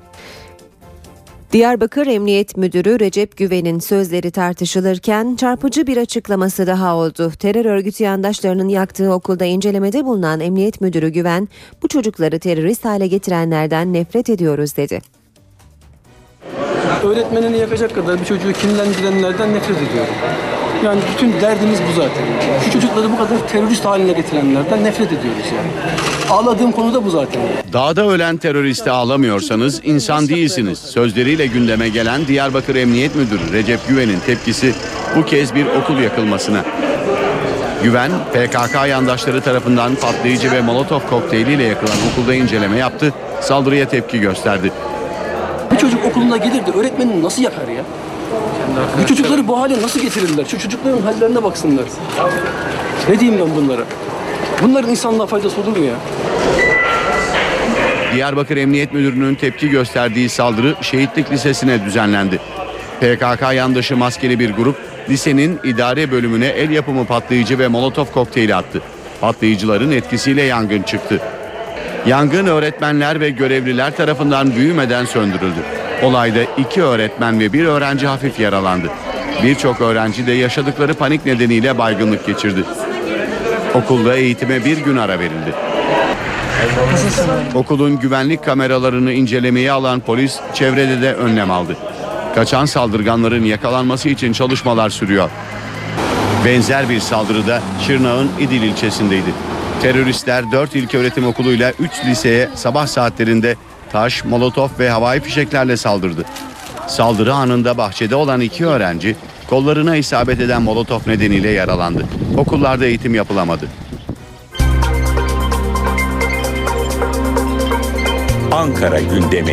Diyarbakır Emniyet Müdürü Recep Güven'in sözleri tartışılırken çarpıcı bir açıklaması daha oldu. Terör örgütü yandaşlarının yaktığı okulda incelemede bulunan Emniyet Müdürü Güven, bu çocukları terörist hale getirenlerden nefret ediyoruz dedi. Öğretmenini yakacak kadar bir çocuğu kinlendirenlerden nefret ediyorum. Yani bütün derdimiz bu zaten. Şu çocukları bu kadar terörist haline getirenlerden nefret ediyoruz yani. Ağladığım konu da bu zaten. Dağda ölen teröristi ağlamıyorsanız insan değilsiniz. Sözleriyle gündeme gelen Diyarbakır Emniyet Müdürü Recep Güven'in tepkisi bu kez bir okul yakılmasına. Güven, PKK yandaşları tarafından patlayıcı ve molotof kokteyliyle yakılan okulda inceleme yaptı, saldırıya tepki gösterdi. Bir çocuk okuluna gelir de öğretmenini nasıl yakar ya? Bu çocukları bu hale nasıl getirirler? Şu çocukların hallerine baksınlar. Ne diyeyim ben bunlara? Bunların insanlığa faydası olur mu ya? Diyarbakır Emniyet Müdürlüğü'nün tepki gösterdiği saldırı Şehitlik Lisesi'ne düzenlendi. PKK yandaşı maskeli bir grup lisenin idare bölümüne el yapımı patlayıcı ve molotof kokteyli attı. Patlayıcıların etkisiyle yangın çıktı. Yangın öğretmenler ve görevliler tarafından büyümeden söndürüldü. Olayda 2 öğretmen ve 1 öğrenci hafif yaralandı. Birçok öğrenci de yaşadıkları panik nedeniyle baygınlık geçirdi. Okulda eğitime 1 gün ara verildi. Okulun güvenlik kameralarını incelemeye alan polis çevrede de önlem aldı. Kaçan saldırganların yakalanması için çalışmalar sürüyor. Benzer bir saldırı da Şırnak'ın İdil ilçesindeydi. Teröristler 4 ilköğretim okuluyla 3 liseye sabah saatlerinde taş, molotof ve havai fişeklerle saldırdı. Saldırı anında bahçede olan 2 öğrenci kollarına isabet eden molotof nedeniyle yaralandı. Okullarda eğitim yapılamadı. Ankara gündemi.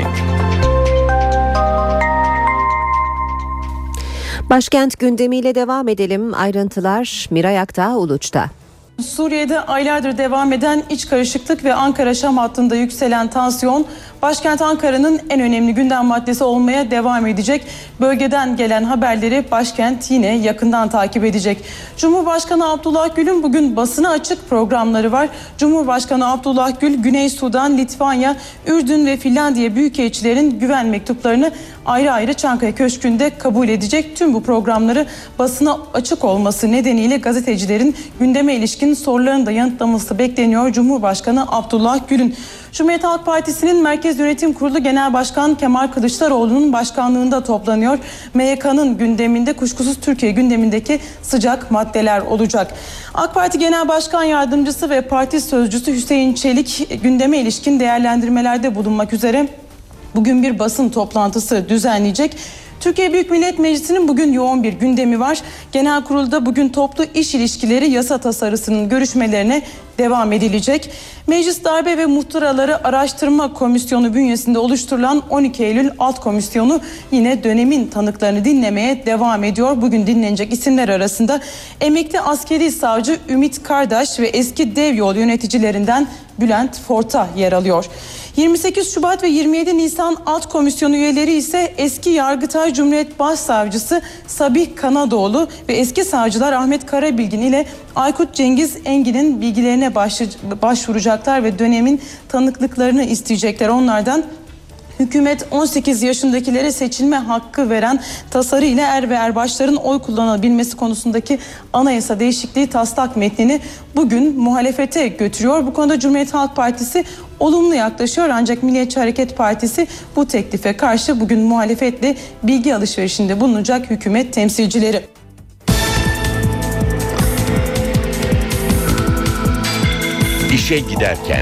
Başkent gündemiyle devam edelim. Ayrıntılar Miray Aktağ Uluç'ta. Suriye'de aylardır devam eden iç karışıklık ve Ankara-Şam hattında yükselen tansiyon, başkent Ankara'nın en önemli gündem maddesi olmaya devam edecek. Bölgeden gelen haberleri başkent yine yakından takip edecek. Cumhurbaşkanı Abdullah Gül'ün bugün basına açık programları var. Cumhurbaşkanı Abdullah Gül, Güney Sudan, Litvanya, Ürdün ve Finlandiya büyükelçilerin güven mektuplarını ayrı ayrı Çankaya Köşkü'nde kabul edecek. Tüm bu programları basına açık olması nedeniyle gazetecilerin gündeme ilişkin sorularını da yanıtlaması bekleniyor Cumhurbaşkanı Abdullah Gül'ün. Cumhuriyet Halk Partisi'nin Merkez Yönetim Kurulu Genel Başkan Kemal Kılıçdaroğlu'nun başkanlığında toplanıyor. MYK'nın gündeminde kuşkusuz Türkiye gündemindeki sıcak maddeler olacak. AK Parti Genel Başkan Yardımcısı ve Parti Sözcüsü Hüseyin Çelik gündeme ilişkin değerlendirmelerde bulunmak üzere bugün bir basın toplantısı düzenleyecek. Türkiye Büyük Millet Meclisi'nin bugün yoğun bir gündemi var. Genel Kurul'da bugün toplu iş ilişkileri yasa tasarısının görüşmelerine devam edilecek. Meclis Darbe ve Muhtıraları Araştırma Komisyonu bünyesinde oluşturulan 12 Eylül Alt Komisyonu yine dönemin tanıklarını dinlemeye devam ediyor. Bugün dinlenecek isimler arasında emekli askeri savcı Ümit Kardaş ve eski Devyolu yöneticilerinden Bülent Forta yer alıyor. 28 Şubat ve 27 Nisan Alt Komisyonu üyeleri ise eski Yargıtay Cumhuriyet Başsavcısı Sabih Kanadoğlu ve eski savcılar Ahmet Karabilgin ile Aykut Cengiz Engin'in bilgilerine başvuracaklar ve dönemin tanıklıklarını isteyecekler onlardan. Hükümet 18 yaşındakilere seçilme hakkı veren tasarı ile er ve erbaşların oy kullanabilmesi konusundaki anayasa değişikliği taslak metnini bugün muhalefete götürüyor. Bu konuda Cumhuriyet Halk Partisi olumlu yaklaşıyor ancak Milliyetçi Hareket Partisi bu teklife karşı bugün muhalefetle bilgi alışverişinde bulunacak hükümet temsilcileri. İşe giderken.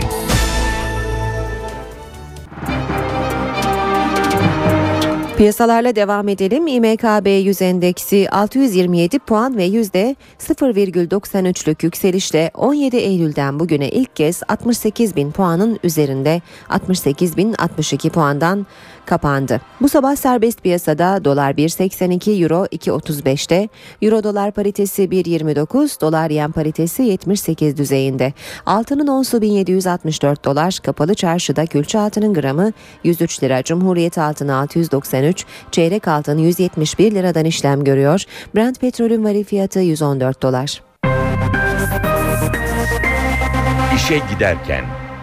Piyasalarla devam edelim. İMKB 100 endeksi 627 puan ve %0,93'lük yükselişle 17 Eylül'den bugüne ilk kez 68.000 puanın üzerinde 68.062 puandan kapandı. Bu sabah serbest piyasada dolar 1.82, euro 2.35'te, euro dolar paritesi 1.29, dolar yen paritesi 78 düzeyinde. Altının onsu 1764 dolar, kapalı çarşıda külçe altının gramı 103 lira, Cumhuriyet altını 693, çeyrek altın 171 liradan işlem görüyor. Brent petrolün varil fiyatı 114 dolar. İşe giderken.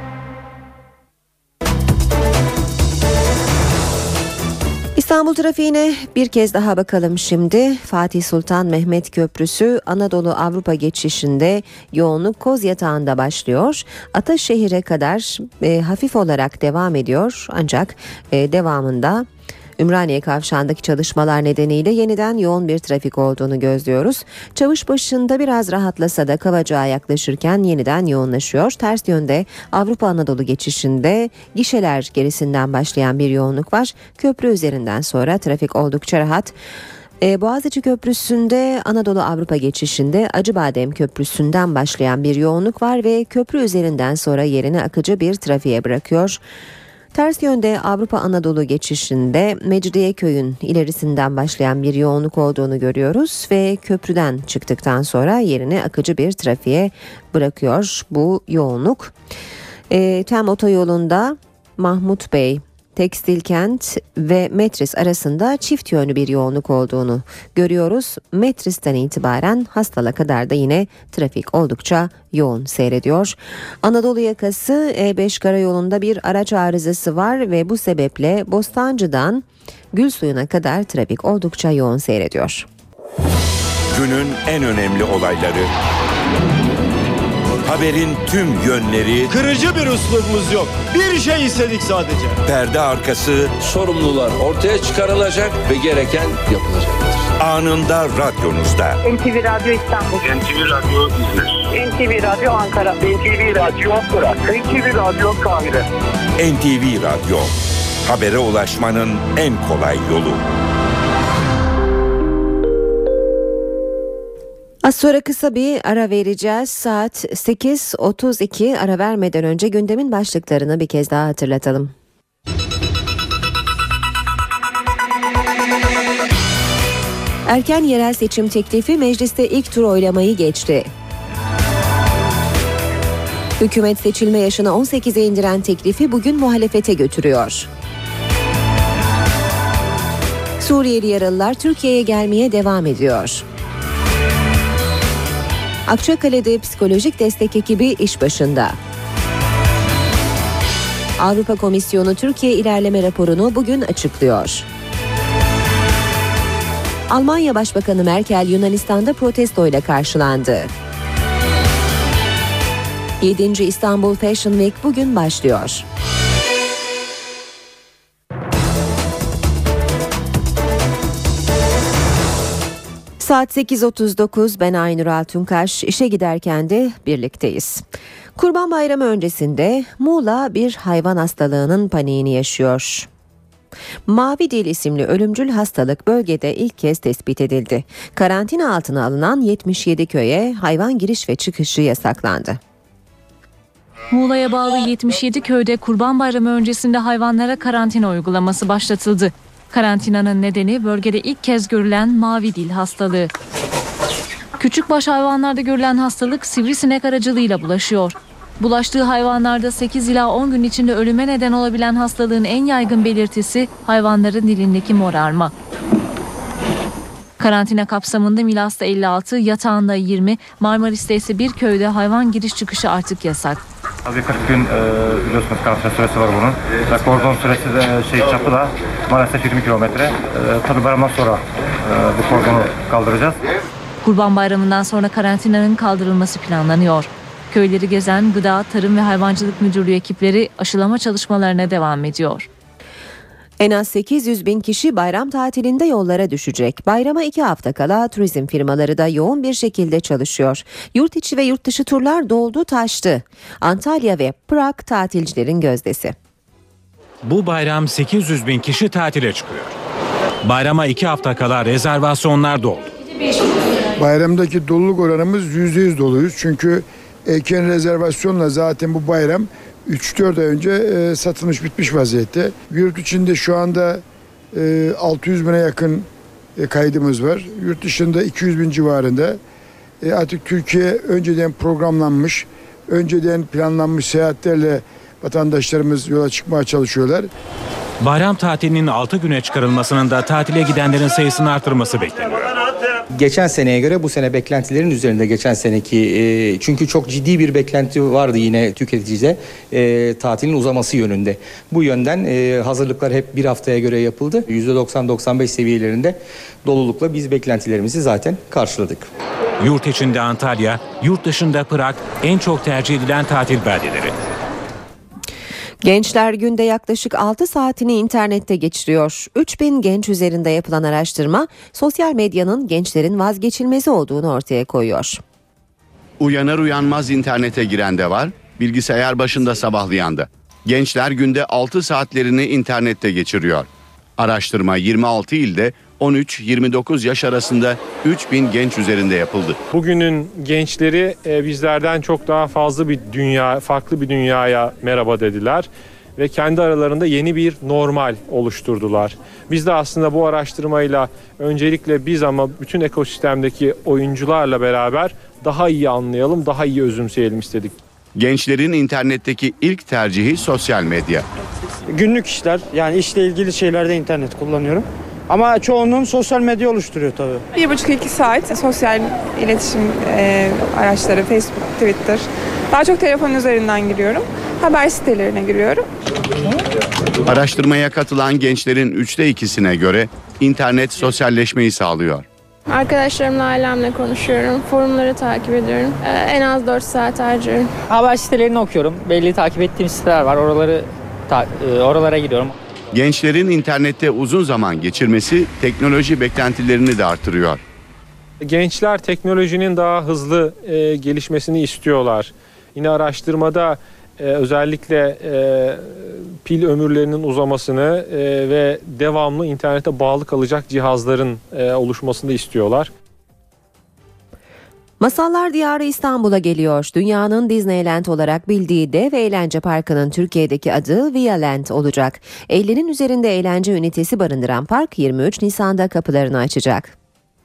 İstanbul trafiğine bir kez daha bakalım şimdi. Fatih Sultan Mehmet Köprüsü Anadolu Avrupa geçişinde yoğunluk Kozyatağı'nda başlıyor. Ataşehir'e kadar hafif olarak devam ediyor ancak devamında Ümraniye Kavşağı'ndaki çalışmalar nedeniyle yeniden yoğun bir trafik olduğunu gözlüyoruz. Çavuşbaşı'nda biraz rahatlasa da Kavacık'a yaklaşırken yeniden yoğunlaşıyor. Ters yönde Avrupa Anadolu geçişinde gişeler gerisinden başlayan bir yoğunluk var. Köprü üzerinden sonra trafik oldukça rahat. Boğaziçi Köprüsü'nde Anadolu Avrupa geçişinde Acıbadem Köprüsü'nden başlayan bir yoğunluk var ve köprü üzerinden sonra yerini akıcı bir trafiğe bırakıyor. Ters yönde Avrupa Anadolu geçişinde Mecidiyeköy'ün ilerisinden başlayan bir yoğunluk olduğunu görüyoruz ve köprüden çıktıktan sonra yerini akıcı bir trafiğe bırakıyor bu yoğunluk. TEM otoyolunda Mahmut Bey, Tekstilkent ve Metris arasında çift yönlü bir yoğunluk olduğunu görüyoruz. Metris'ten itibaren Hastal'a kadar da yine trafik oldukça yoğun seyrediyor. Anadolu yakası E5 karayolunda bir araç arızası var ve bu sebeple Bostancı'dan Gülsuyu'na kadar trafik oldukça yoğun seyrediyor. Günün en önemli olayları. Haberin tüm yönleri. Kırıcı bir üslubumuz yok. Bir şey istedik sadece. Perde arkası. Sorumlular ortaya çıkarılacak ve gereken yapılacaktır. Anında radyonuzda. NTV Radyo İstanbul. NTV Radyo İzmir. NTV Radyo Ankara. NTV Radyo Irak. NTV Radyo Kahire. NTV Radyo. Habere ulaşmanın en kolay yolu. Az sonra kısa bir ara vereceğiz. Saat 8.32. Ara vermeden önce gündemin başlıklarını bir kez daha hatırlatalım. Erken yerel seçim teklifi mecliste ilk tur oylamayı geçti. Hükümet seçilme yaşını 18'e indiren teklifi bugün muhalefete götürüyor. Suriyeli yaralılar Türkiye'ye gelmeye devam ediyor. Akçakale'de psikolojik destek ekibi iş başında. Avrupa Komisyonu Türkiye ilerleme raporunu bugün açıklıyor. Almanya Başbakanı Merkel Yunanistan'da protestoyla karşılandı. 7. İstanbul Fashion Week bugün başlıyor. Saat 8.39, ben Aynur Altunkaş. İşe giderken de birlikteyiz. Kurban Bayramı öncesinde Muğla bir hayvan hastalığının paniğini yaşıyor. Mavi dil isimli ölümcül hastalık bölgede ilk kez tespit edildi. Karantina altına alınan 77 köye hayvan giriş ve çıkışı yasaklandı. Muğla'ya bağlı 77 köyde Kurban Bayramı öncesinde hayvanlara karantina uygulaması başlatıldı. Karantinanın nedeni bölgede ilk kez görülen mavi dil hastalığı. Küçükbaş hayvanlarda görülen hastalık sivrisinek aracılığıyla bulaşıyor. Bulaştığı hayvanlarda 8 ila 10 gün içinde ölüme neden olabilen hastalığın en yaygın belirtisi hayvanların dilindeki morarma. Karantina kapsamında Milas'ta 56, Yatağan'da 20, Marmaris'te ise bir köyde hayvan giriş çıkışı artık yasak. Tabii 40 gün biliyorsunuz karantina süresi var bunun. Ve kordon süresi de çapı da maalesef 20 kilometre. Tabii bayramdan sonra bu kordonu kaldıracağız. Kurban Bayramı'ndan sonra karantinanın kaldırılması planlanıyor. Köyleri gezen Gıda, Tarım ve Hayvancılık Müdürlüğü ekipleri aşılama çalışmalarına devam ediyor. En az 800 bin kişi bayram tatilinde yollara düşecek. Bayrama 2 hafta kala turizm firmaları da yoğun bir şekilde çalışıyor. Yurt içi ve yurt dışı turlar doldu taştı. Antalya ve Prag tatilcilerin gözdesi. Bu bayram 800 bin kişi tatile çıkıyor. Bayrama 2 hafta kala rezervasyonlar doldu. Bayramdaki doluluk oranımız %100 doluyuz. Çünkü erken rezervasyonla zaten bu bayram 3-4 ay önce satılmış bitmiş vaziyette. Yurt içinde şu anda 600 bine yakın kaydımız var. Yurt dışında 200 bin civarında. Artık Türkiye önceden programlanmış, önceden planlanmış seyahatlerle vatandaşlarımız yola çıkmaya çalışıyorlar. Bayram tatilinin 6 güne çıkarılmasının da tatile gidenlerin sayısını artırması bekleniyor. Geçen seneye göre bu sene beklentilerin üzerinde geçen seneki çünkü çok ciddi bir beklenti vardı yine tüketicide tatilin uzaması yönünde. Bu yönden hazırlıklar hep bir haftaya göre yapıldı. %90-95 seviyelerinde dolulukla biz beklentilerimizi zaten karşıladık. Yurt içinde Antalya, yurt dışında Prag en çok tercih edilen tatil beldeleri. Gençler günde yaklaşık 6 saatini internette geçiriyor. 3000 genç üzerinde yapılan araştırma sosyal medyanın gençlerin vazgeçilmezi olduğunu ortaya koyuyor. Uyanır uyanmaz internete giren de var, bilgisayar başında sabahlayan da. Gençler günde 6 saatlerini internette geçiriyor. Araştırma 26 ilde 13-29 yaş arasında 3000 genç üzerinde yapıldı. Bugünün gençleri bizlerden çok daha fazla bir dünya, farklı bir dünyaya merhaba dediler. ve kendi aralarında yeni bir normal oluşturdular. Biz de aslında bu araştırmayla öncelikle biz ama bütün ekosistemdeki oyuncularla beraber daha iyi anlayalım, daha iyi özümseyelim istedik. Gençlerin internetteki ilk tercihi sosyal medya. Günlük işler, yani işle ilgili şeylerde internet kullanıyorum. Ama çoğunluğun sosyal medya oluşturuyor tabii. 1,5-2 saat sosyal iletişim araçları, Facebook, Twitter. Daha çok telefon üzerinden giriyorum. Haber sitelerine giriyorum. Araştırmaya katılan gençlerin 2/3'üne göre internet sosyalleşmeyi sağlıyor. Arkadaşlarımla, ailemle konuşuyorum. Forumları takip ediyorum. En az 4 saat harcıyorum. Haber sitelerini okuyorum. Belli takip ettiğim siteler var. Oralara giriyorum. Gençlerin internette uzun zaman geçirmesi teknoloji beklentilerini de artırıyor. Gençler teknolojinin daha hızlı gelişmesini istiyorlar. Yine araştırmada özellikle pil ömürlerinin uzamasını ve devamlı internete bağlı kalacak cihazların oluşmasını da istiyorlar. Masallar Diyarı İstanbul'a geliyor. Dünyanın Disneyland olarak bildiği dev eğlence parkının Türkiye'deki adı Vialand olacak. 50'nin üzerinde eğlence ünitesi barındıran park 23 Nisan'da kapılarını açacak.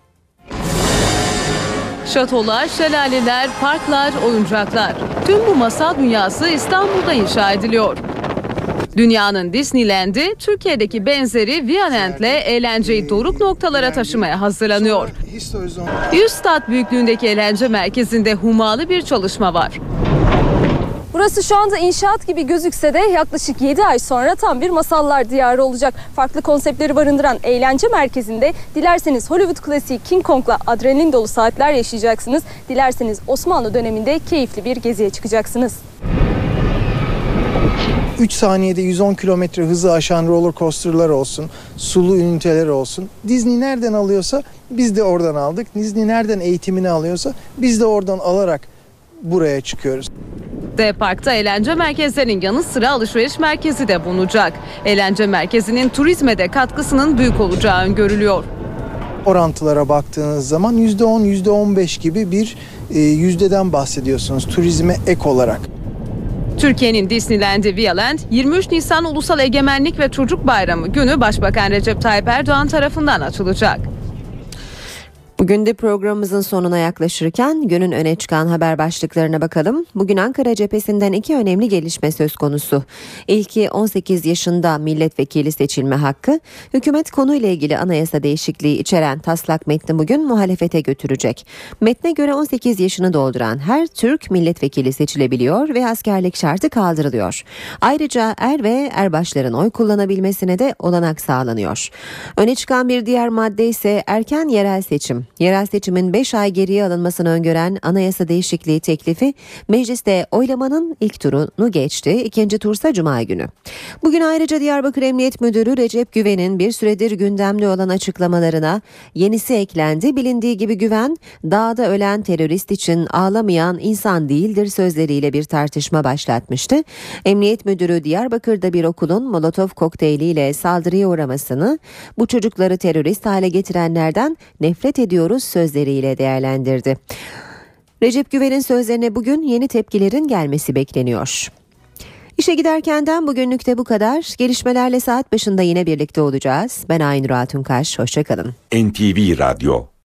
Şatolar, şelaleler, parklar, oyuncaklar. Tüm bu masal dünyası İstanbul'da inşa ediliyor. Dünyanın Disneyland'i Türkiye'deki benzeri Vialand'le eğlenceyi doruk noktalara taşımaya hazırlanıyor. 100 stat büyüklüğündeki eğlence merkezinde hummalı bir çalışma var. Burası şu anda inşaat gibi gözükse de yaklaşık 7 ay sonra tam bir masallar diyarı olacak. Farklı konseptleri barındıran eğlence merkezinde dilerseniz Hollywood klasiği King Kong'la adrenalin dolu saatler yaşayacaksınız. Dilerseniz Osmanlı döneminde keyifli bir geziye çıkacaksınız. 3 saniyede 110 kilometre hızı aşan roller coaster'lar olsun, sulu üniteler olsun. Disney nereden alıyorsa biz de oradan aldık. Disney nereden eğitimini alıyorsa biz de oradan alarak buraya çıkıyoruz. D-Park'ta eğlence merkezlerinin yanı sıra alışveriş merkezi de bulunacak. Eğlence merkezinin turizme de katkısının büyük olacağı öngörülüyor. Orantılara baktığınız zaman %10, %15 gibi bir yüzdeden bahsediyorsunuz turizme ek olarak. Türkiye'nin Disneyland'i Vialand 23 Nisan Ulusal Egemenlik ve Çocuk Bayramı günü Başbakan Recep Tayyip Erdoğan tarafından açılacak. Bugün de programımızın sonuna yaklaşırken günün öne çıkan haber başlıklarına bakalım. Bugün Ankara cephesinden 2 önemli gelişme söz konusu. İlki 18 yaşında milletvekili seçilme hakkı. Hükümet konuyla ilgili anayasa değişikliği içeren taslak metni bugün muhalefete götürecek. Metne göre 18 yaşını dolduran her Türk milletvekili seçilebiliyor ve askerlik şartı kaldırılıyor. Ayrıca er ve erbaşların oy kullanabilmesine de olanak sağlanıyor. Öne çıkan bir diğer madde ise erken yerel seçim. Yerel seçimin 5 ay geriye alınmasını öngören anayasa değişikliği teklifi mecliste oylamanın ilk turunu geçti. İkinci tursa Cuma günü. Bugün ayrıca Diyarbakır Emniyet Müdürü Recep Güven'in bir süredir gündemde olan açıklamalarına yenisi eklendi. Bilindiği gibi Güven, dağda ölen terörist için ağlamayan insan değildir sözleriyle bir tartışma başlatmıştı. Emniyet Müdürü Diyarbakır'da bir okulun Molotov kokteyliyle saldırıya uğramasını, bu çocukları terörist hale getirenlerden nefret ediyoruz sözleriyle değerlendirdi. Recep Güven'in sözlerine bugün yeni tepkilerin gelmesi bekleniyor. İşe giderkenden bugünlük de bu kadar. Gelişmelerle saat başında yine birlikte olacağız. Ben Aynur Altunkaş. Hoşça kalın. NTV Radyo